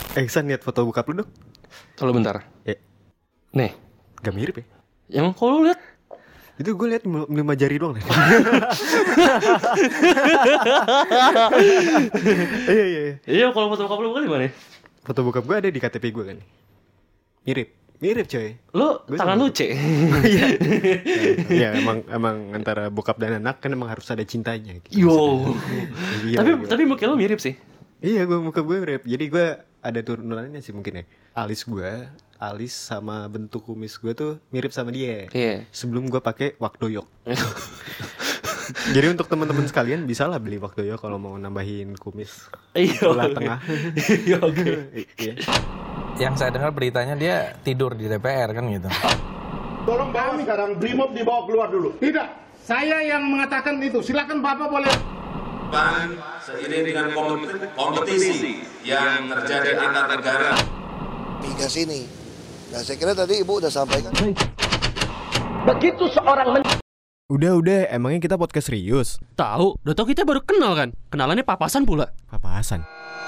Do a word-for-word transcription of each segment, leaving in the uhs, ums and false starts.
Eh, San, lihat foto bokap lu dong. Kalau bentar. Ya. Nih. Gak mirip ya? Emang kalau lu lihat? Itu gue lihat lima jari doang. Iya iya iya. Iya, kalau foto bokap lu bukan di mana? Foto bokap gue ada di K T P gue kan. Mirip. Mirip coy. Lu Gua tangan sama lu bokap. cek. Iya. Iya, emang emang antara bokap dan anak kan emang harus ada cintanya gitu. Yo. Iya, tapi gila. tapi muka lu mirip sih. Iya, gue muka gue mirip. Jadi gue ada turunannya sih mungkin ya. Alis gue, alis sama bentuk kumis gue tuh mirip sama dia. Iya. Sebelum gue pakai wakdoyok. Jadi untuk teman-teman sekalian bisa lah beli wakdoyok kalau mau nambahin kumis Iya. sebelah tengah. Iya, oke. Iya. Yang saya dengar beritanya dia tidur di D P R kan gitu. Tolong bawa sekarang Brimob dibawa keluar dulu. Tidak, saya yang mengatakan itu. Silakan Bapak boleh. Bahkan seiring dengan kompetisi yang terjadi antar negara. Migas ini. Nah saya kira tadi Ibu udah sampaikan. Begitu seorang men- Udah udah, emangnya kita podcast serius? Tahu, udah tau kita baru kenal kan. Kenalannya papasan pula. Papasan.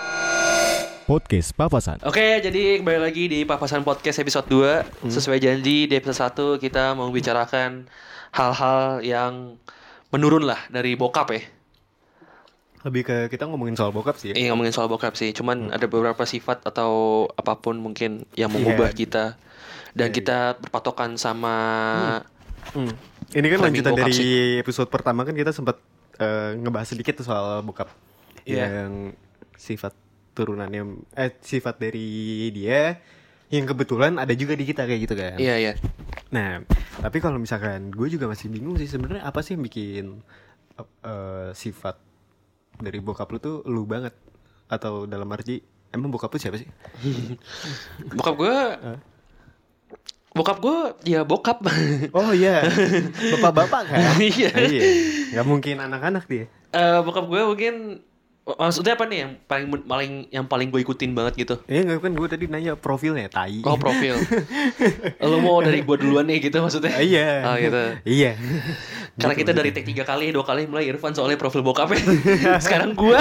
Podcast Papasan. Oke, jadi kembali lagi di Papasan Podcast episode dua. hmm. Sesuai janji di episode satu kita mau bicarakan hal-hal yang menurun lah dari bokap ya. Lebih ke kita ngomongin soal bokap sih ya? Iya, ngomongin soal bokap sih. Cuman hmm. ada beberapa sifat atau apapun mungkin yang mengubah yeah. kita. Dan yeah, kita yeah. berpatokan sama hmm. Hmm. Ini kan lanjutan dari sih. episode pertama kan kita sempat uh, ngebahas sedikit tuh soal bokap yeah. yang sifat turunannya eh sifat dari dia yang kebetulan ada juga di kita kayak gitu kan. Iya, yeah, iya. Yeah. Nah, tapi kalau misalkan gue juga masih bingung sih sebenarnya apa sih yang bikin uh, sifat dari bokap lu tuh lu banget, atau dalam arti emang bokap lu siapa sih? Bokap gue huh? Bokap gue ya bokap. Oh iya, bapak-bapak kan? Iya. Iya, nggak mungkin anak-anak dia. Uh, bokap gue mungkin maksudnya apa nih yang paling paling yang paling gue ikutin banget gitu? Iya nggak kan gue tadi nanya profilnya tai. Oh profil. Lo mau dari gue duluan nih gitu maksudnya? Uh, iya. Oh gitu. Iya. Karena kita dari take tiga kali, dua kali mulai Irfan soalnya profil bokapnya. Sekarang gue.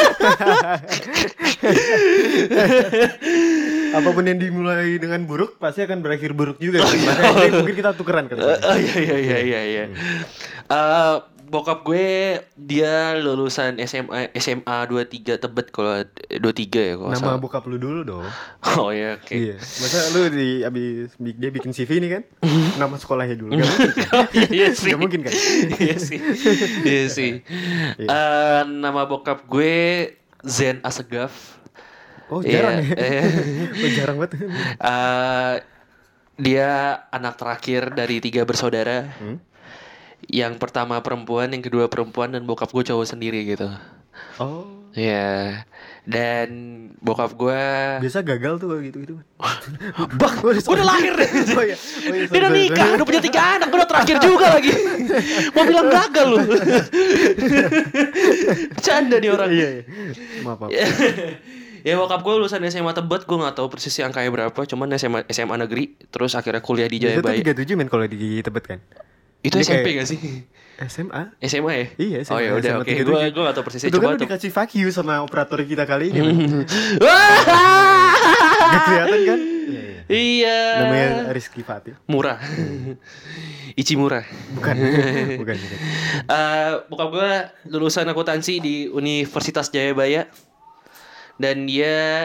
Apapun yang dimulai dengan buruk pasti akan berakhir buruk juga. Kan? Makanya mungkin kita tukeran kan. Oh iya iya iya iya iya. Uh, bokap gue dia lulusan S M A S M A dua puluh tiga Tebet kalau dua puluh tiga ya kalau nama salah. Bokap lu dulu dong. Oh iya oke. Okay. Iya. Masa lu di abis dia bikin C V ini kan? Nama sekolahnya dulu kan? Iya sih. Gak mungkin kan? Iya sih. Iya sih. Uh, nama bokap gue Zen Asegaf. Oh jarang yeah, ya? Eh. Oh jarang banget. Uh, dia anak terakhir dari tiga bersaudara. Hmm? Yang pertama perempuan, yang kedua perempuan, dan bokap gue cowok sendiri gitu. Oh. Iya. Yeah. Dan bokap gue biasa gagal tuh gitu-gitu. Bang, gue udah lahir deh. Oh iya. Oh, iya, dia udah nikah, udah punya tiga anak, gue udah terakhir juga lagi. Mau bilang gagal lu. Bercanda nih orang. Iya, iya. Maaf, maaf. Ya bokap gue lulusan S M A Tebet, gue gak tahu persis angkanya berapa, cuman S M A, S M A negeri, terus akhirnya kuliah di Jayabaya. Itu tiga puluh tujuh men kalau di Tebet kan? Itu ini S M P gak sih? S M A? S M A ya? Iya S M A. Oh ya udah oke, okay. gue gue gak tahu persisnya. Itu coba kan tuh dikasih fuck you sama operator kita kali ini. Gak kelihatan kan? Iya. Namanya Rizky Fatih. Murah. Ichi murah. Bukan. Bukan. bukan. Uh, bokap gue lulusan akuntansi di Universitas Jayabaya. Dan dia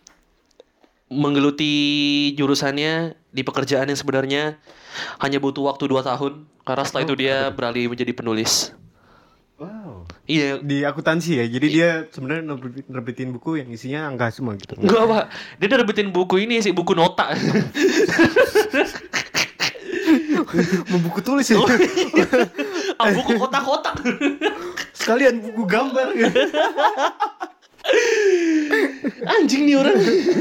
menggeluti jurusannya di pekerjaan yang sebenarnya hanya butuh waktu dua tahun. Karena setelah oh, itu dia beralih menjadi penulis. Wow. Iya. Di akuntansi ya. Jadi I- dia sebenarnya nerbitin buku yang isinya angka semua gitu. Enggak Pak. Dia nerbitin buku ini sih, buku nota. Mau buku tulis ya. Oh, iya. Ah, buku kotak-kotak. Sekalian buku gambar. Anjing nih orang.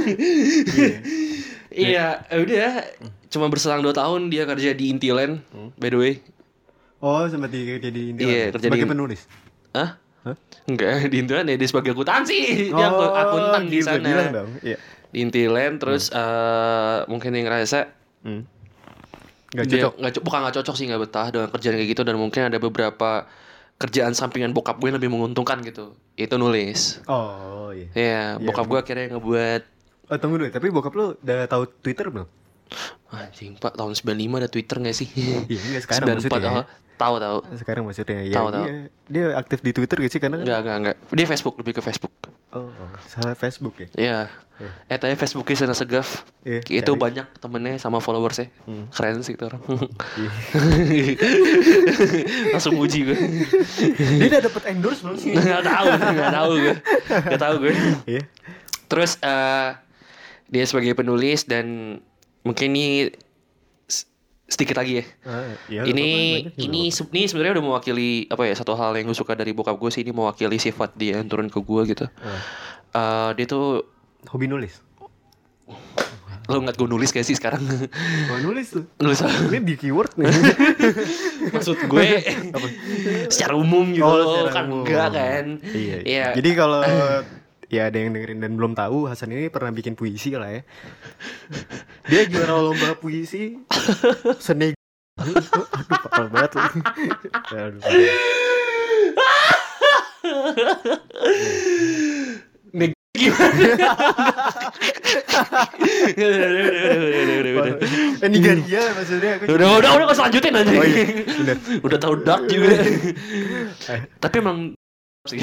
Iya, yeah. Udah. Cuma berselang dua tahun dia kerja di Intiland, hmm. by the way. Oh, sempat di kerja di Intiland. Iya, kerja sebagai di... penulis. Hah? Hah? Enggak, di Intiland ya dia sebagai akuntansi. Oh, dia akuntan di gitu, sana. bilang dong. Iya. Di Intiland terus hmm. uh, mungkin yang ngerasa hmm. Gak dia, cocok. Gak, bukan gak cocok sih, gak betah dengan kerjaan kayak gitu. Dan mungkin ada beberapa kerjaan sampingan bokap gue yang lebih menguntungkan gitu. Itu nulis. Oh iya. Iya, bokap yeah. gue akhirnya ngebuat Oh, tunggu dulu, tapi bokap lu udah tahu Twitter belum? Anjing Pak, tahun sembilan puluh lima ada Twitter gak sih? Iya, enggak sekarang sembilan puluh empat, maksudnya. oh, tahu tahu. Sekarang maksudnya ya. Tahu, tahu. Dia, dia aktif di Twitter gak sih karena kan? Enggak, enggak, enggak. Dia Facebook, lebih ke Facebook. Oh, oh, salah Facebook ya. Iya. Eh, tanya Facebooknya sana segaf. Iya, Itu cari. banyak temennya sama followersnya. Hmm. Keren sih itu orang. Iya. Langsung muji gue. Dia udah dapet endorse belum sih? Nggak tahu, nggak tahu gue, nggak tahu gue. Iya. Terus eh, dia sebagai penulis dan mungkin ini s- sedikit lagi ya. Ah, iya, ini apa-apa, banyak juga ini apa-apa. se- ini sebenarnya udah mewakili apa ya, satu hal yang gue suka dari bokap gue sih, ini mewakili sifat dia yang turun ke gue gitu. Ah. Eh, dia tuh Hobi nulis. lo nggak gue nulis kayak sih sekarang. Oh, nulis tuh. Nulis Ini di keyword nih. maksud gue secara umum gitu Oh, loh, secara kan umum. enggak kan. Iya. Iya. Jadi kalau ya ada yang dengerin dan belum tahu, Hasan ini pernah bikin puisi lah ya. Dia juara lomba puisi seni. Aduh, parah banget lu. Aduh, parah. Nih gimana? Udah, udah, udah, udah, udah, udah, udah. Eh, Nigeria maksudnya. Aku Udah, udah, udah, udah, selanjutin aja. Oh, iya. Udah. Udah tahu dark juga. Tapi emang sih.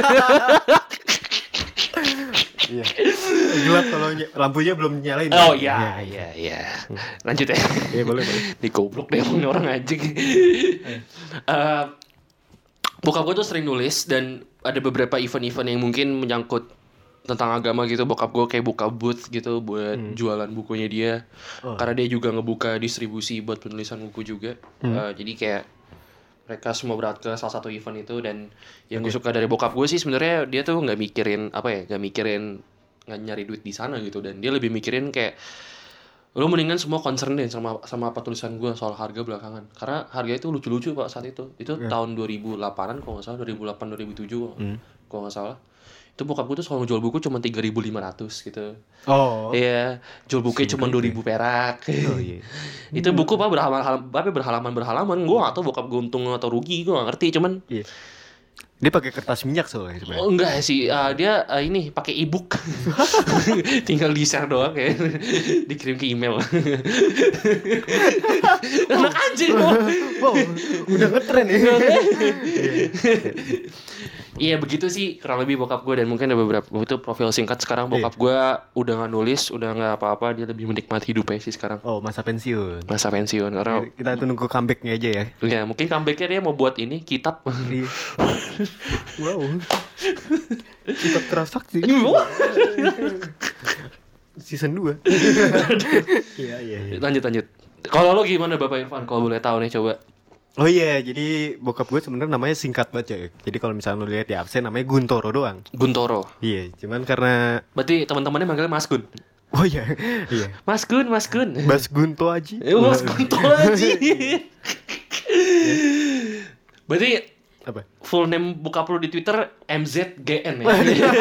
Iya. Gelap kalau ny- lampunya belum nyalain. Oh iya, iya, iya. Lanjut ya. Iya, boleh, boleh. Di goblok deh emang orang anjing. Eh, bokap gue tuh sering nulis dan ada beberapa event-event yang mungkin menyangkut tentang agama gitu. Bokap gue kayak buka booth gitu buat jualan bukunya dia. Oh. Karena dia juga ngebuka distribusi buat penulisan buku juga. Eh, jadi kayak mereka semua berangkat ke salah satu event itu. Dan yang gue suka dari bokap gue sih sebenarnya dia tuh nggak mikirin apa ya, nggak mikirin nggak nyari duit di sana gitu. Dan dia lebih mikirin kayak lo mendingan semua concern deh sama sama apa tulisan gue soal harga belakangan. Karena harga itu lucu-lucu Pak saat itu. Itu Ya. tahun dua ribu delapan-an kalau nggak salah, dua ribu delapan dua ribu tujuh Hmm. kalau nggak salah. Itu bokap gue tuh selalu jual buku cuma tiga ribu lima ratus gitu. Oh. Iya, jual bukunya cuma dua ribu perak. Oh iya. Itu buku Pak berhalaman apa berhalaman berhalaman. Gue nggak tahu bokap gue untung atau rugi, gue nggak ngerti. Cuman Iya. Dia pakai kertas minyak soalnya sebenarnya. oh enggak sih, uh, dia uh, ini pakai e-book. Tinggal di-share doang kayak dikirim ke email. Anak anjing. Wow, udah ngetren ya. Iya begitu sih kurang lebih bokap gue. Dan mungkin ada beberapa itu profil singkat. Sekarang bokap gue udah nggak nulis, udah nggak apa-apa. Dia lebih menikmati hidupnya sih sekarang. Oh, masa pensiun. Masa pensiun karena Kita tunggu comebacknya aja ya. ya mungkin comebacknya dia mau buat ini kitab. Iya. Wow. Kitab Kerasakti. Season dua. Iya, iya, iya. Lanjut lanjut. Kalau lo gimana Bapak Irfan? Kalau boleh tahu nih coba. Oh iya, jadi bokap gue sebenarnya namanya singkat banget ya. Jadi kalau misalnya lo lihat di absen namanya Guntoro doang. Guntoro. Iya, cuman karena Berarti teman-temannya manggilnya Mas Gun. oh iya, iya. Mas Gun, Mas Gun. Bas Gunto Aji. Eh, Mas Gunto aja. Berarti Apa? full name bokap lu di Twitter M Z G N ya.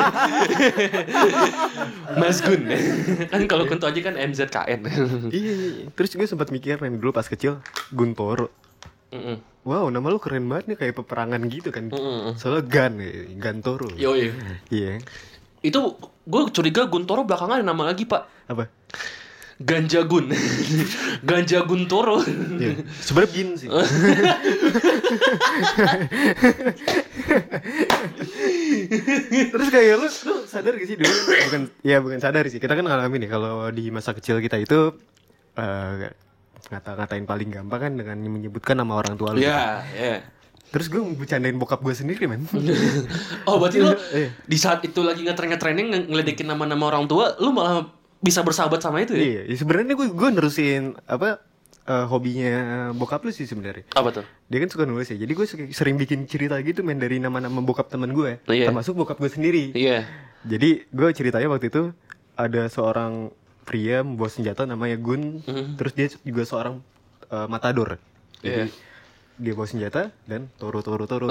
Mas Gun. Kan kalau Gunto aja kan M Z K N. Iya, iya. Terus gue sempat mikir nih dulu pas kecil Guntoro. Mm-mm. Wow, nama lu keren banget nih kayak peperangan gitu kan. Mm-mm. Soalnya Gan, ya, Gantoro. Yo yo. Iya. Itu gue curiga Guntoro belakangan ada nama lagi, Pak. Apa? Ganja Gun. Ganja Guntoro. Iya. Sebenarnya Gin sih. Terus kayak lu, lu sadar gak sih dulu? Bukan, ya bukan sadar sih. Kita kan ngalamin nih kalau di masa kecil kita itu uh, ngata-ngatain paling gampang kan dengan menyebutkan nama orang tua lu. Ya, ya. Terus gue bercandain bokap gue sendiri, men. Oh, berarti lu Iya. di saat itu lagi ngetren-ngetrening ng- ngeledekin nama-nama orang tua, lu malah bisa bersahabat sama itu ya? Iya, ya sebenarnya gue gue nerusin apa uh, hobinya bokap lu sih sebenarnya. Apa tuh? Dia kan suka nulis ya. Jadi gue suka- sering bikin cerita gitu men dari nama-nama bokap teman gue, Iya. termasuk bokap gue sendiri. Iya. Jadi gue ceritanya waktu itu ada seorang pria membawa senjata namanya Gun, Mhm. terus dia juga seorang uh, matador. Jadi Iya. dia bawa senjata dan toro toro toro.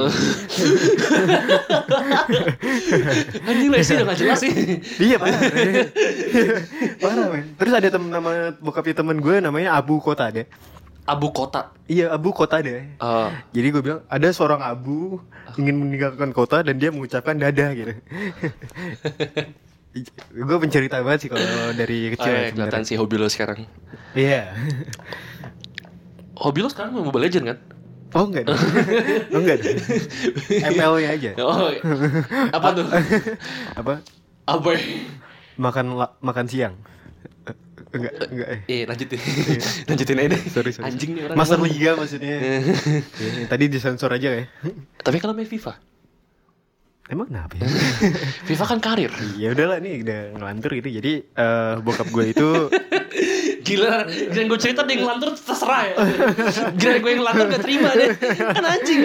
Anjing lu sih udah gak jelas sih. Iya parah. Parah men. Terus ada temen nama bokapnya temen gue namanya Abu Kota deh. Abu Kota. Iya Abu Kota deh. Oh. Jadi gue bilang ada seorang abu ingin meninggalkan kota dan dia mengucapkan dadah gitu. gue pencerita banget sih kalau dari kecil. Oh, ya, ya, kelihatan sih hobi lo sekarang. Iya. Hobi lo sekarang main Mobile Legend kan? Oh enggak dong. Oh enggak dong. M L-nya aja. Oh, apa tuh? Apa? Apa? Makan la- makan siang. Enggak, enggak eh. Eh, lanjutin. Lanjutin aja deh. Sorry, sorry. Anjing nih orang. Master Liga maksudnya. Ya, tadi disensor aja ya. Tapi kalau main FIFA, Emang kenapa ya? FIFA kan karir. Ya udahlah nih udah ngelantur gitu. Jadi eh, bokap gue itu Gila, gila gue cerita dia ngelantur terserah ya. Gila gue yang ngelantur gak terima deh. Kan anjing.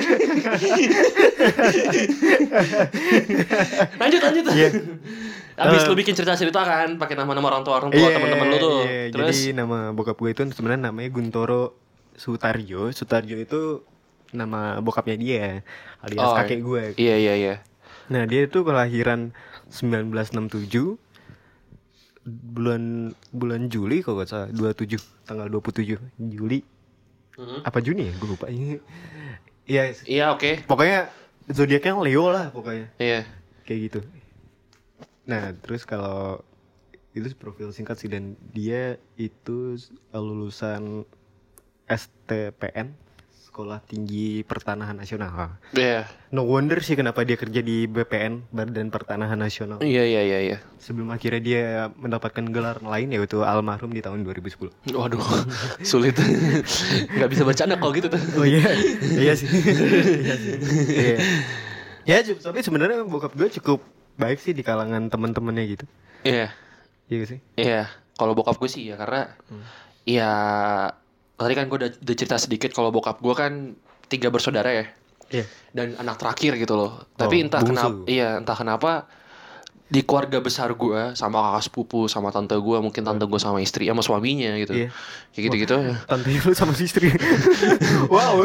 Lanjut, lanjut. Iya. Abis Uh, lu bikin cerita-cerita kan pakai nama-nama orang tua orang tua Iya, teman-teman lu tuh. iya. Terus Jadi nama bokap gue itu sebenarnya namanya Guntoro Sutarjo. Sutarjo itu nama bokapnya dia, alias Oh, kakek gue. Iya, iya, iya. Nah, dia itu kelahiran sembilan belas enam puluh tujuh bulan bulan Juli kalau nggak salah, dua puluh tujuh tanggal dua puluh tujuh Juli. Mhm. Apa Juni ya? Gue lupa ini. Iya, Iya, oke. pokoknya zodiaknya Leo lah pokoknya. Iya. Kayak gitu. Nah, terus kalau itu profil singkat sih, dan dia itu lulusan S T P N, Sekolah Tinggi Pertanahan Nasional. Iya. No wonder sih kenapa dia kerja di B P N, Badan Pertanahan Nasional. Iya, iya, iya, iya. Sebelum akhirnya dia mendapatkan gelar lain, yaitu almarhum di tahun dua ribu sepuluh. Waduh, sulit. Gak bisa baca anak kalau gitu tuh. Oh iya, iya sih. Iya sih. Iya. Ya, cu- tapi sebenarnya bokap gue cukup baik sih di kalangan teman-temannya gitu. Iya. Iya gak sih? Iya, kalau bokap gue sih ya karena ya tadi kan gue udah, udah cerita sedikit kalau bokap gue kan tiga bersaudara ya. Iya. Dan anak terakhir gitu loh. Tapi Oh, entah bungsu. kenapa, iya entah kenapa di keluarga besar gue sama kakak sepupu sama tante gue, mungkin tante gue sama istri sama suaminya gitu. Iya. Kayak gitu-gitu. Tante lu sama si istri. Wow.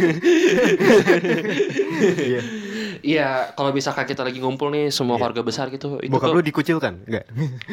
Iya. Iya, kalau misalkan kita lagi ngumpul nih semua keluarga besar gitu, itu Bokap tuh lu dikucilkan? Enggak.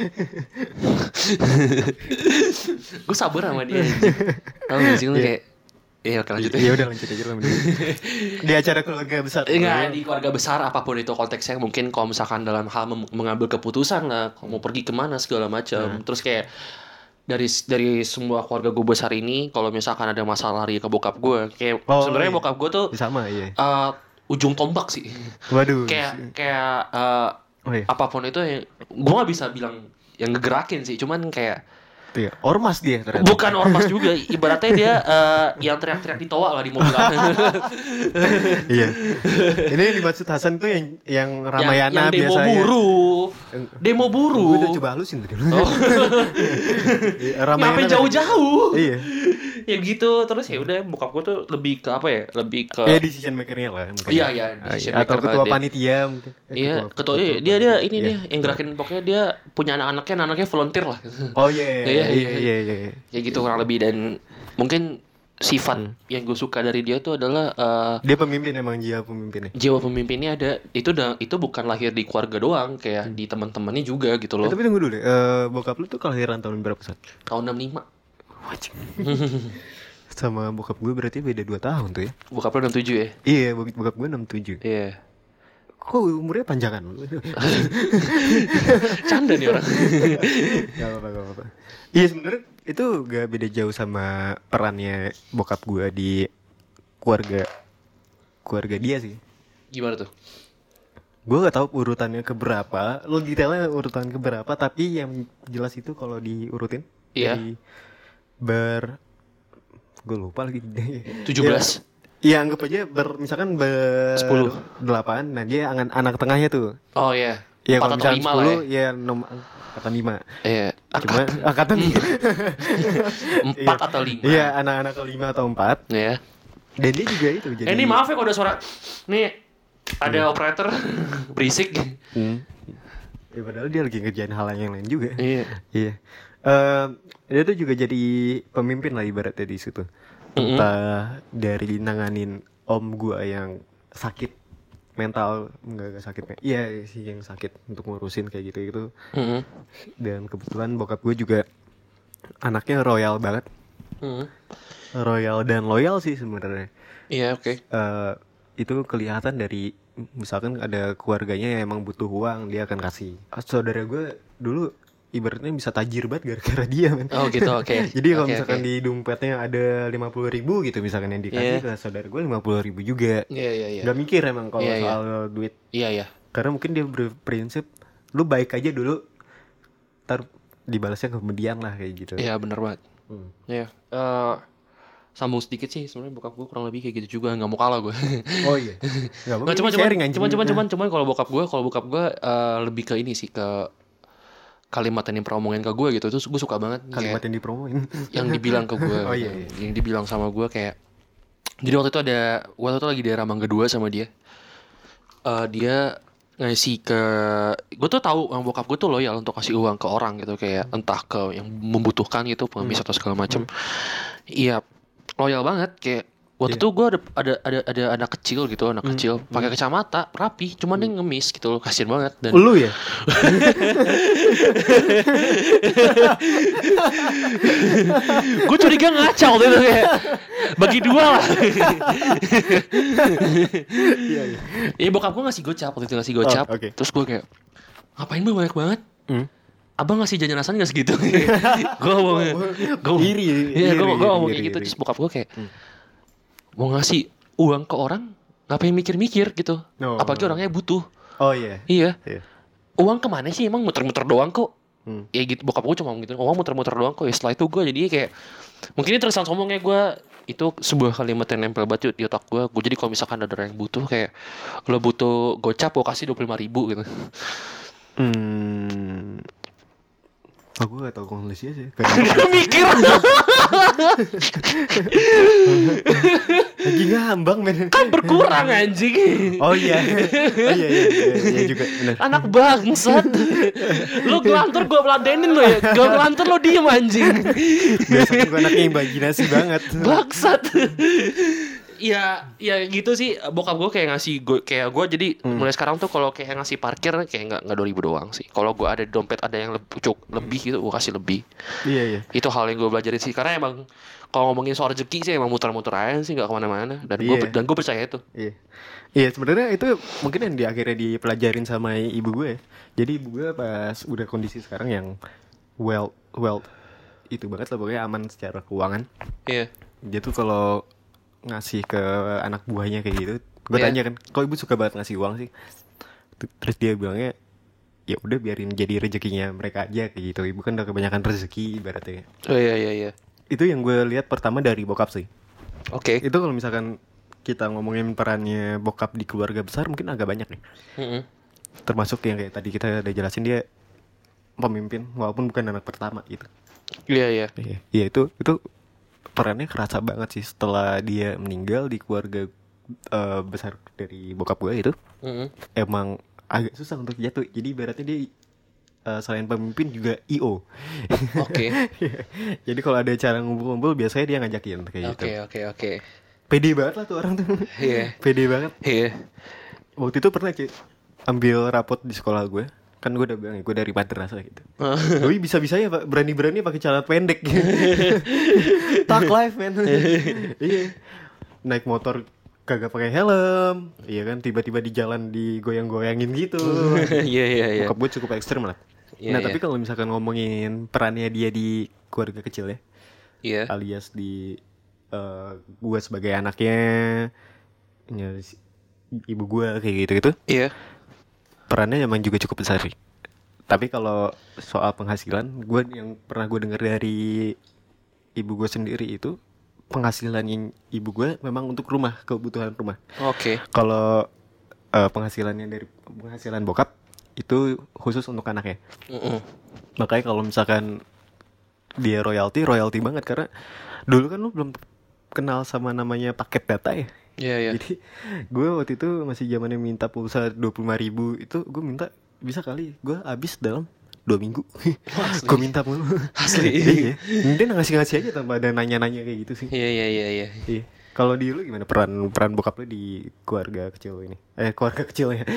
gue sabar sama dia. Tahu gak sih lu Iya. kayak iya oke lanjut Ya udah lanjut aja lah. mending. Di acara keluarga besar. Enggak, di keluarga besar apapun itu konteksnya, mungkin kalau misalkan dalam hal mem- mengambil keputusan lah, mau pergi kemana segala macam. Hmm. Terus kayak dari dari semua keluarga gue besar ini, kalau misalkan ada masalah lari ke bokap gue, kayak Oh, sebenarnya iya. bokap gue tuh Sama iya. eh, ujung tombak sih. Waduh. kayak kayak eh, Oh iya. apapun itu, ya, gue nggak bisa bilang yang ngegerakin sih, cuman kayak Iya, ormas dia ternyata. bukan ormas juga, ibaratnya dia eh, yang teriak-teriak di toa lah di mobil. Iya. Ini yang dimaksud Hasan tuh yang yang yang, yang Ramayana demo biasanya. buruh, demo buruh. Gue udah coba halusin tadi. Oh. Iya, Ramayana. Ngapain jauh-jauh? Iya. Ya gitu, terus ya udah bokap gue tuh lebih ke apa ya? Lebih ke Ya decision makernya lah mungkin. Iya, iya, Ah, decision atau maker ketua dia. panitia mungkin. Eh, Iya, ketua iya, dia dia ini Iya. dia yang gerakin, pokoknya dia punya anak-anaknya, anak-anaknya volunteer lah. Oh iya. Iya, Iya iya, iya iya. iya. Ya gitu kurang lebih, dan mungkin sifat yang gue suka dari dia tuh adalah eh, Dia pemimpin, emang dia pemimpinnya. jiwa pemimpinnya ada. Itu udah, itu bukan lahir di keluarga doang, kayak di teman-temannya juga gitu Eh, loh. tapi tunggu dulu deh. Eh, bokap lu tuh kelahiran tahun berapa, Sat? Tahun enam puluh lima. Wajib. Sama bokap gue berarti beda dua tahun tuh ya. Bokap lo enam puluh tujuh ya? Iya, bok- bokap gue enam puluh tujuh. Iya. Kok umurnya panjangan? Canda nih orang. Gak apa-apa, gak apa-apa. Iya sebenarnya itu gak beda jauh sama perannya bokap gue di keluarga keluarga dia sih. Gimana tuh? Gue gak tahu urutannya keberapa, lo detailnya urutan keberapa, tapi yang jelas itu kalau diurutin Iya. dari ber, gue lupa lagi. tujuh belas. Iya anggap aja ber, misalkan ber sepuluh. delapan, nah dia anak, anak tengahnya tuh. Oh iya. Iya Empat kalau atau misalkan lima lah sepuluh, ya. ya nomor angkatan lima. Iya. Cuma angkatan Empat Iya. atau lima. Iya, anak-anak kelima atau empat. Iya. Dan dia juga itu jadi. Eh, ini maaf ya kalau ada suara. Nih ada operator berisik. Hmm. Ya, padahal dia lagi ngerjain hal yang lain juga. Iya. Iya. Eh, dia tuh juga jadi pemimpin lah ibaratnya di situ. Entah dari nanganin om gua yang sakit mental, enggak, enggak sakit. Iya sih yang sakit, untuk ngurusin kayak gitu-gitu. Mm-hmm. Dan kebetulan bokap gue juga anaknya royal banget. Mm-hmm. Royal dan loyal sih sebenarnya. Iya oke. Eh, itu kelihatan dari misalkan ada keluarganya yang emang butuh uang, dia akan kasih. Saudara gue dulu ibaratnya bisa tajir banget gara-gara dia, men. Oh gitu, oke. Okay. Jadi kalau okay, misalkan okay. di dompetnya ada lima puluh ribu gitu, misalkan yang dikasih yeah. ke saudara gue lima puluh ribu juga. Iya, yeah, iya, yeah, iya. Yeah. Gak mikir emang kalau yeah, soal yeah. duit. Iya, yeah, iya. Yeah. Karena mungkin dia berprinsip, lu baik aja dulu, ntar dibalasnya kemudian lah, kayak gitu. Iya, yeah, benar banget. Hmm. Iya. Yeah. Uh, sambung sedikit sih, sebenarnya bokap gue kurang lebih kayak gitu juga, nggak mau kalah gue. Oh iya. Nggak Nggak, cuman cuman cuman cuman cuman cuman kalau bokap gue, kalau bokap gue uh, lebih ke ini sih, ke kalimat yang dipromongin ke gue gitu. Terus gue suka banget kalimat kayak, yang dipromoin. yang dibilang ke gue. Oh iya, iya. Yang dibilang sama gue kayak, jadi waktu itu ada, waktu itu lagi daerah Mangga dua sama dia. Uh, dia ngasih ke, gue tuh tahu yang bokap gue tuh loyal untuk kasih uang ke orang gitu, kayak entah ke yang membutuhkan gitu, pengemis hmm. atau segala macam. Iya, hmm. loyal banget. Kayak waktu itu yeah. gue ada, ada ada ada anak kecil gitu, anak hmm. kecil pakai hmm. kacamata rapi, cuman hmm. dia ngemis gitu loh, kasian banget. Dan lu ya? Gue curiga ngaca waktu itu, kayak bagi dua lah. Iya, iya. Ya bokap gue ngasih gocap, waktu itu ngasih gocap. Oh, okay. Terus gue kayak, ngapain bang banyak banget? Hmm? Abang ngasih jajan asan gak segitu? Gue ngomong, gue iri, iya gue gue ngomong kayak gitu. Terus bokap gue kayak, hmm. mau ngasih uang ke orang, ngapain mikir-mikir gitu? Oh. Apalagi orangnya butuh. Oh iya. Iya. Yeah. Uang kemana sih, emang muter-muter doang kok? Hmm. Ya gitu, bokap gue cuma gitu, uang muter-muter doang kok. Ya setelah itu gue jadi kayak, mungkin ini terus ngomongnya gue, itu sebuah kalimat yang nempel banget di otak gue. Gue jadi kalau misalkan ada orang yang butuh, kayak lo butuh gocap, gue kasih dua puluh lima ribu gitu. Hmm. Aku gak tau konklusinya sih. Dia mikir. Lagi ngambang, men. Kan berkurang anjing. Oh iya. Oh iya iya, iya, iya juga benar. Anak bangsat. Lu kelantur gue peladenin lo ya. Gue kelantur lo diem anjing. Biasa gue anaknya imajinasi banget. Bangsat. Ya, ya gitu sih. Bokap gue kayak ngasih gue, kayak gue jadi hmm. mulai sekarang tuh kalau kayak ngasih parkir kayak nggak nggak dua ribu doang sih. Kalau gue ada di dompet ada yang lebih, cuk, lebih gitu, gue kasih lebih. Iya iya. Itu hal yang gue belajarin sih, karena emang kalau ngomongin soal rezeki sih emang muter-muter aja sih, nggak kemana-mana. Dan gue yeah. dan gue percaya itu. Iya. Iya sebenarnya itu mungkin yang di akhirnya dipelajarin sama ibu gue. Jadi ibu gue pas udah kondisi sekarang yang well well itu banget lah, pokoknya aman secara keuangan. Iya. Yeah. Dia tuh kalau ngasih ke anak buahnya kayak gitu, gue yeah. tanya kan, kok ibu suka banget ngasih uang sih? Terus dia bilangnya, ya udah biarin jadi rezekinya mereka aja kayak gitu. Ibu kan udah kebanyakan rezeki ibaratnya. Oh iya iya iya. Itu yang gue lihat pertama dari bokap sih. Oke. Okay. Itu kalau misalkan kita ngomongin perannya bokap di keluarga besar mungkin agak banyak nih. Mm-hmm. Termasuk yang kayak tadi kita udah jelasin, dia pemimpin walaupun bukan anak pertama gitu. Iya iya. Iya yeah, itu itu perannya kerasa banget sih setelah dia meninggal di keluarga uh, besar dari bokap gue itu. Mm-hmm. Emang agak susah untuk jatuh. Jadi ibaratnya dia uh, selain pemimpin juga I O. Oke. Okay. Jadi kalau ada acara ngumpul-ngumpul biasanya dia ngajakin kayak okay, gitu. Oke oke oke. Pede banget lah tuh orang tuh. Iya. Yeah. Pede banget. Iya. Yeah. Waktu itu pernah Ci, ambil rapot di sekolah gue. Kan gue udah bilang ya, gue dari madrasah gitu. Gue bisa-bisanya pak, berani-berani pakai celana pendek gitu. Talk life man. Iya. Naik motor kagak pakai helm. Iya kan, tiba-tiba di jalan digoyang-goyangin gitu. Iya iya iya. Bokap gue cukup ekstrem lah. Yeah, nah yeah. Tapi kalau misalkan ngomongin perannya dia di keluarga kecil ya. Iya. Yeah. Alias di uh, gue sebagai anaknya, ya, ibu gue kayak gitu-gitu. Iya. Yeah. Perannya emang juga cukup besar sih. Tapi kalau soal penghasilan, gue yang pernah gue dengar dari ibu gue sendiri itu, penghasilan yang ibu gue memang untuk rumah, kebutuhan rumah. Oke. Okay. Kalau uh, penghasilannya dari penghasilan bokap itu khusus untuk anaknya. Mm-mm. Makanya kalau misalkan dia royalti, royalti banget, karena dulu kan lu belum kenal sama namanya paket data ya. Iya, yeah, iya. Yeah. Jadi gue waktu itu masih zamannya minta pulsa dua puluh lima ribu. Itu gue minta bisa kali gue habis dalam dua minggu. Gue minta mulu. Asli. Iya. Dia ngasih-ngasih aja tanpa ada nanya-nanya kayak gitu sih. Iya, iya, iya, iya. Iya. Kalau di lu gimana peran peran bokap lu di keluarga kecil ini? Eh, keluarga kecil ya.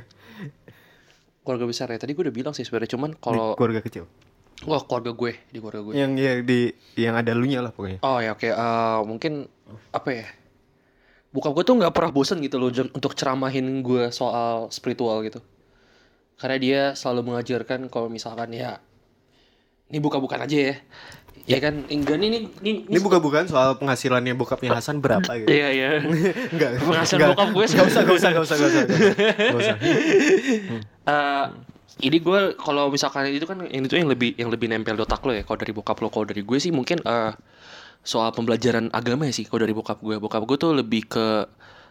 Keluarga besar ya. Tadi gue udah bilang sih sebenarnya, cuman kalau keluarga kecil. Wah, keluarga gue, di keluarga gue. Yang ya di yang ada lunya lah pokoknya. Oh ya oke, okay. uh, mungkin apa ya? bokap gue tuh nggak pernah bosan gitu loh j- untuk ceramahin gue soal spiritual gitu. Karena dia selalu mengajarkan kalau misalkan ya ini buka-bukaan aja ya. Ya kan, enggak nih nih ini, Ini bukan-bukan soal penghasilannya bokapnya Hasan berapa gitu. Iya iya. Enggak. Penghasilan bokap gue Enggak usah, enggak usah, enggak usah, enggak usah. Enggak usah. Eh, ini gue kalau misalkan itu kan yang itu yang lebih yang lebih nempel di otak lo ya. Kalau dari bokap lo, kalau dari gue sih mungkin eh soal pembelajaran agama ya sih. Kalau dari bokap gue, bokap gue tuh lebih ke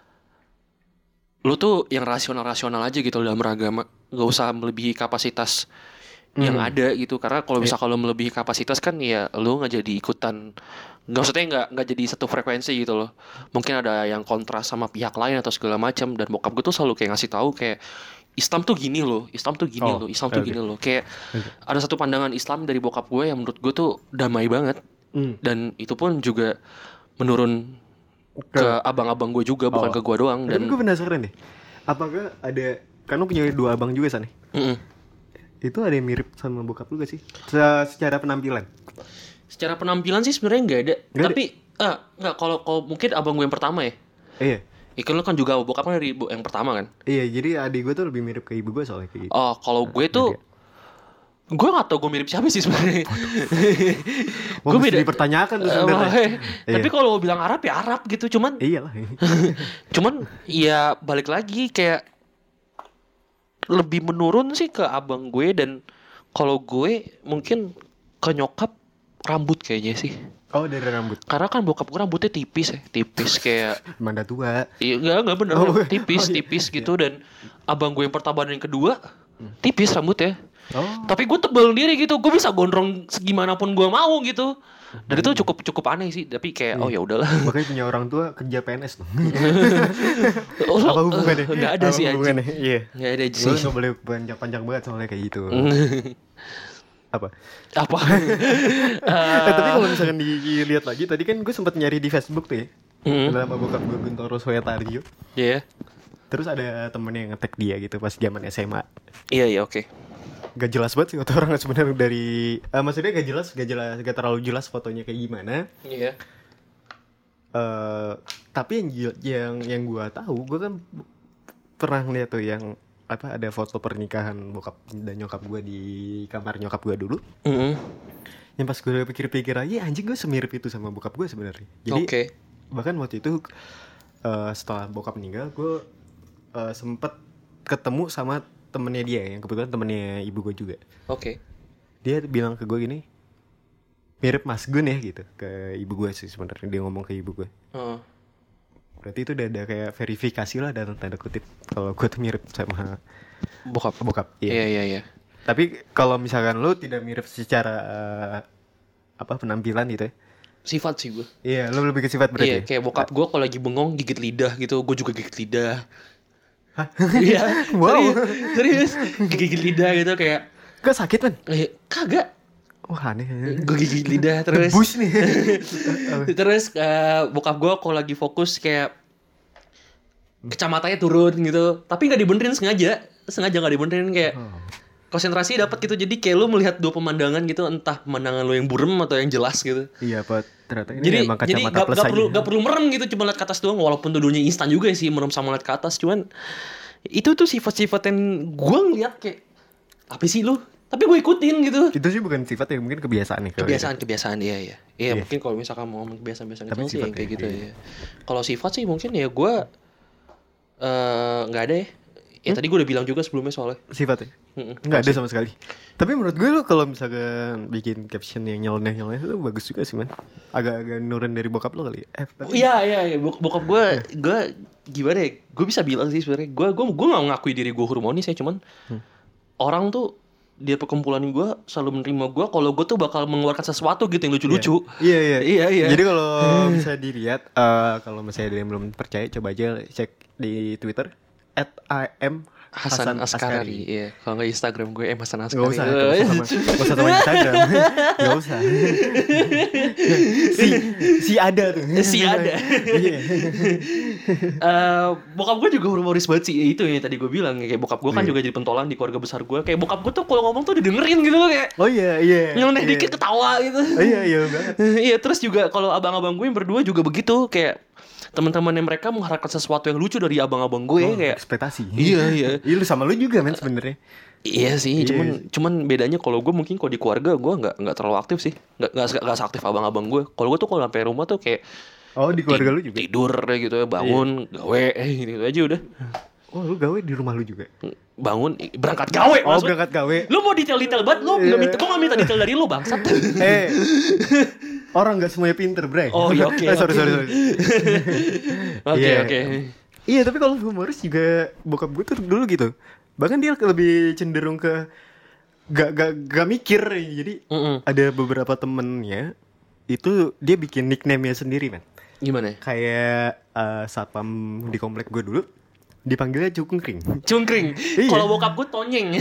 lo tuh yang rasional-rasional aja gitu dalam beragama. Gak usah melebihi kapasitas yang Hmm. ada gitu. Karena kalau misalkan lo melebihi kapasitas kan ya lo nggak jadi ikutan. Nggak maksudnya nggak nggak jadi satu frekuensi gitu loh. Mungkin ada yang kontras sama pihak lain atau segala macam. Dan bokap gue tuh selalu kayak ngasih tahu kayak Islam tuh gini loh, Islam tuh gini Oh, loh, Islam tuh oke. gini loh. Kayak ada satu pandangan Islam dari bokap gue yang menurut gue tuh damai banget. Hmm. Dan itu pun juga menurun ke, Ke- abang-abang gue juga, bukan Oh. ke gue doang. Tapi Dan gue penasaran deh. Apakah ada, kan lu punya dua abang juga San nih? Mm-mm. Itu ada yang mirip sama bokap lu gak sih? Se- Secara penampilan. secara penampilan sih sebenarnya nggak ada. Nggak ada? Tapi ah nggak, kalau kalau mungkin abang gue yang pertama ya. Iya. Ikan lu kan juga bokapnya dari ibu yang pertama kan. Iya, jadi adik gue tuh lebih mirip ke ibu gue soalnya kayak gitu. Oh, kalau gue tuh gue nggak tau gue mirip siapa sih sebenarnya. Wah, mesti dipertanyakan tuh Eh, sebenarnya. makanya. Iya. Tapi kalau bilang Arab ya Arab gitu, cuman Iyalah. cuman ya balik lagi kayak lebih menurun sih ke abang gue. Dan kalau gue mungkin ke nyokap rambut kayaknya sih. Oh, dari rambut. Karena kan bokap gue rambutnya tipis ya, tipis kayak Manda tua. iya enggak enggak bener, Oh, bukan. tipis Oh, iya. tipis gitu. Dan abang gue yang pertama dan yang kedua tipis rambutnya. Oh. Tapi gue tebel sendiri gitu, gue bisa gondrong segimanapun gue mau gitu. Dan itu cukup cukup aneh sih, tapi kayak oh ya udahlah. Makanya punya orang tua kerja P N S dong. Oh, Apa hubungannya? Nggak ada Apa sih anjing. hubungannya? Iya. Nggak ada Lu sih. gak boleh panjang-panjang banget soalnya kayak gitu. Apa? Apa? Eh, tapi kalau misalkan dilihat lagi, tadi kan gue sempat nyari di Facebook tuh ya. Hmm. Nama bokap gue Guntoro Soetario. Iya. Terus ada temennya yang nge-tag dia gitu pas zaman S M A. Iya iya oke. Gak jelas banget sih foto orang sebenarnya dari eh, maksudnya gak jelas, gak jelas, gak terlalu jelas fotonya kayak gimana. Iya. Eh, tapi yang gil- yang yang gue tahu, gue kan pernah ngeliat tuh yang apa ada foto pernikahan bokap dan nyokap gue di kamar nyokap gue dulu. Mm-mm. Yang pas gue pikir-pikir lagi, anjing gue semirip itu sama bokap gue sebenarnya. Jadi Oke. bahkan waktu itu eh, setelah bokap meninggal, gue eh, sempet ketemu sama temennya dia yang kebetulan temennya ibu gue juga. Oke. Dia bilang ke gue gini, mirip Mas Gun ya gitu ke ibu gue sih sebenarnya, dia ngomong ke ibu gue. Heeh. Berarti itu udah ada kayak verifikasi lah dalam tanda kutip kalau gue tuh mirip sama Bokap. bokap. Iya iya iya. Tapi kalau misalkan lu tidak mirip secara eh, apa penampilan gitu ya. Sifat sih gue. Iya, lu lebih ke sifat berarti. Iya, ya? kayak bokap gue kalau lagi bengong gigit lidah gitu, gue juga gigit lidah. Iya, Wow. serius, serius. Gigit lidah gitu kayak Gak sakit kan? eh, kagak. Wah aneh. Gue gigit lidah terus. Debus nih. Terus eh, bokap gue kalau lagi fokus kayak kacamatanya turun gitu, tapi nggak dibenerin sengaja, sengaja nggak dibenerin kayak konsentrasi dapat gitu. Jadi kayak lu melihat dua pemandangan gitu, entah pemandangan lu yang burem atau yang jelas gitu. Iya, Pak. Ternyata ini Jadi emang jadi kacamata gak, plus gak aja. perlu gak perlu merem gitu, cuma lihat ke atas doang. Walaupun tuduhnya instan juga sih merem sama lihat ke atas, cuman itu tuh sifat-sifat yang gue ngeliat kayak apa sih lu? Tapi gue ikutin gitu. Itu sih bukan sifat ya, mungkin kebiasaan nih. kalau Kebiasaan-kebiasaan iya iya. Iya Iya. mungkin kalau misalkan mau ngomong kebiasaan-kebiasaan Tapi kecil sih yang sifat kayak ya, gitu iya. ya. Kalau sifat sih mungkin ya gue eh nggak ada ya. Ya tadi gue udah bilang juga sebelumnya soalnya. gitu. Sifat ya? Mm-mm. Nggak ada sama sekali. Tapi menurut gue lo kalau misalkan bikin caption yang nyeleneh-nyeleneh itu bagus juga sih, man. Agak-agak nurun dari bokap lo kali ya. Eh, Oh, tapi iya iya iya Bok- bokap gue gue gimana ya? Gue bisa bilang sih sebenarnya gue gue gue nggak ngakui diri gue harmonis ya, cuman orang tuh di perkumpulan gue selalu menerima gue kalau gue tuh bakal mengeluarkan sesuatu gitu yang lucu-lucu. Iya, iya. Iya, iya. Jadi kalau bisa dilihat, eh, kalau misalnya ada yang belum percaya, coba aja cek di Twitter at am Hasan Askari. Iya, kalau nggak Instagram gue em Hasan Askari. Gak usah, gak usah sama, gak usah sama Instagram. Gak usah. si, si ada tuh. Si ada. Iya. Eh, bokap gue juga humoris banget sih. Itu yang tadi gue bilang, kayak bokap gue kan Iya. juga jadi pentolan di keluarga besar gue. Kayak bokap gue tuh kalau ngomong tuh didengerin gitu loh, kayak Oh iya, iya. nyeleneh iya. dikit ketawa gitu. Oh iya, iya banget. Iya, terus juga kalau abang-abang gue yang berdua juga begitu, kayak teman-temannya mereka mengharapkan sesuatu yang lucu dari abang-abang gue Oh, kayak ekspektasi. Iya, iya. Iya, lu sama lu juga men sebenarnya. Iya sih, Iya. cuman cuman bedanya kalau gue mungkin kalau di keluarga gue nggak nggak terlalu aktif sih, nggak nggak nggak seaktif abang-abang gue. Kalau gue tuh kalau sampai rumah tuh kayak Oh, di keluarga ti- lu juga. tidur gitu ya, bangun, gawe, eh gitu aja udah. Oh, lu gawe di rumah lu juga. Bangun, berangkat gawe. Oh, maksud- berangkat gawe. Lu mau detail-detail banget, lu nggak minta, gue nggak minta detail dari lu bangsat. Eh, orang nggak semuanya pinter, Bray. Oh, iya, oke, Eh, sorry, oke. sorry, sorry. Oke Iya. oke. Iya, tapi kalau humoris juga bokap gue tuh dulu gitu. Bahkan dia lebih cenderung ke gak gak gak mikir. Jadi Mm-mm. ada beberapa temennya itu dia bikin nickname-nya sendiri, man. Gimana? Kayak eh, satpam di komplek gue dulu dipanggilnya Cungkring. Cungkring. Iya. Kalau bokap gue tonyeng.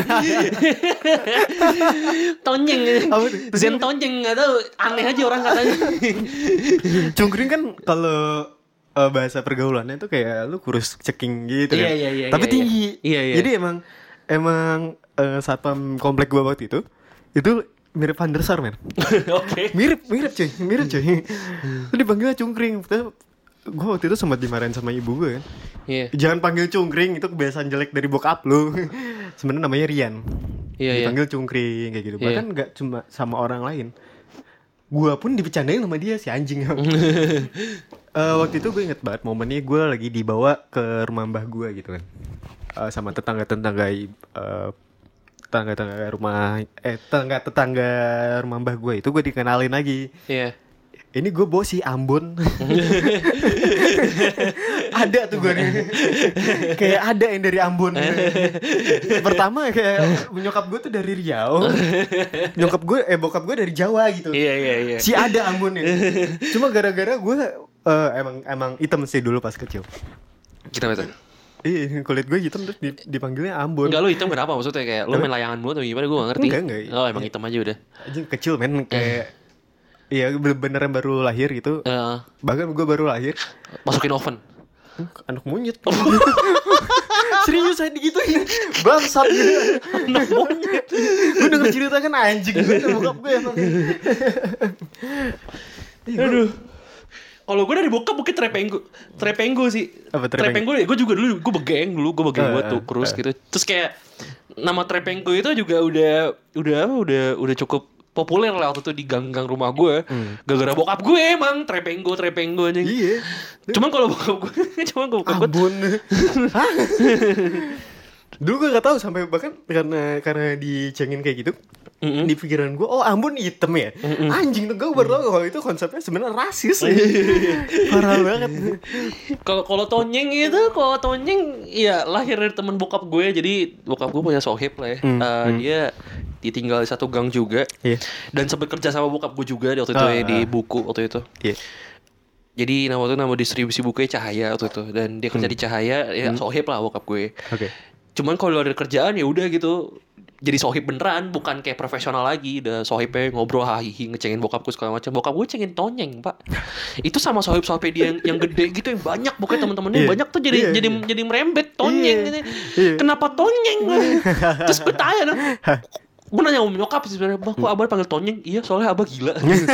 Tonyeng. Apa tuh? Zen tonyeng, nggak tahu, aneh aja orang katanya. Cungkring kan kalau eh, bahasa pergaulannya itu kayak lu kurus ceking gitu Iya, kan. iya, iya, Tapi iya, tinggi. iya. Iya, iya. Jadi emang emang eh, satpam komplek gua waktu itu itu mirip Van der Sar, men. Oke. Mirip, mirip cuy, mirip cuy. Itu dipanggilnya Cungkring. Gue waktu itu sempat dimarahin sama ibu gue kan. Iya. Jangan panggil Cungkring, itu kebiasaan jelek dari bokap lu. Sebenarnya namanya Rian. Iya, iya. Dipanggil Cungkring kayak gitu. Iya. Bahkan nggak cuma sama orang lain. Gua pun dibecandain sama dia si anjing. Eh, waktu itu gue inget banget momennya gue lagi dibawa ke rumah mbah gue gitu kan. Eh, sama tetangga-tetangga eh, tetangga-tetangga rumah eh tetangga-tetangga rumah mbah gue itu gue dikenalin lagi. Iya. Ini gue bawa si Ambon. Ada tuh gue nih. Kayak ada yang dari Ambon. Pertama kayak nyokap gue tuh dari Riau. Nyokap gue eh bokap gue dari Jawa gitu. Iya iya iya. Si ada Ambon ini. Cuma gara-gara gue eh, emang emang hitam sih dulu pas kecil. Kita betul. Iya, kulit gue hitam terus di- dipanggilnya Ambon. Enggak, lu hitam kenapa maksudnya kayak lu main layangan mulu atau gimana, gue gak ngerti. Enggak, enggak. Oh emang hitam aja udah. Anjing kecil men kayak iya beneran baru lahir gitu. Eh, Bahkan gue baru lahir masukin oven. anak monyet. Serius saya digituin. Bangsat gitu. Anak monyet. Gue denger cerita kan anjing gue bokap gue emang. Aduh. Kalau gue dari bokap mungkin trepenggo, trepenggo sih. Apa trepenggo? Trepenggo? Gue juga dulu, gue begeng dulu, gue begeng Uh, buat tuh uh, kurus uh. gitu. Terus kayak nama trepenggo itu juga udah, udah apa? Udah, udah cukup populer lah waktu itu di gang-gang rumah gue. Hmm. Gara-gara bokap gue emang trepenggo, trepenggo aja. Iya. Cuman kalau bokap gue, cuman kalau bokap gue, Ambon. Hah? Dulu gue gak tahu sampai bahkan karena karena dicengin kayak gitu. Mm-mm. Di pikiran gue, oh Ambon hitam ya. Anjing tuh gue baru tau kalau itu konsepnya sebenarnya rasis. Parah banget. Kalau kalau Tonyeng itu, kalau Tonyeng ya lahir dari teman bokap gue. Jadi bokap gue punya sohib lah ya. Hmm, Eh, hmm. Dia ditinggal di satu gang juga. Iya. Dan sempat kerja sama bokap gue juga waktu itu Ah, ya, di ah. buku waktu itu. Iya. Jadi nama itu nama distribusi bukunya Cahaya waktu itu. Dan dia kerja di Cahaya, ya sohib lah bokap gue. Oke. Cuman kalau ada kerjaan ya udah gitu. Jadi sohib beneran, bukan kayak profesional lagi. Udah sohibnya ngobrol hahihi, ngecengin bokapku segala macam. Bokap gue cengin Tonyeng, Pak. Itu sama sohib-sohib dia yang, yang gede gitu, yang banyak, pokoknya teman-temannya Iya. banyak tuh jadi Iya, jadi iya. jadi merembet Tonyeng Iya. gitu. Iya. Kenapa Tonyeng? Terus gue tanya dong. Gue nanya sama nyokap sih sebenarnya, "Bah, kok Abah panggil Tonyeng?" Iya, soalnya Abah gila.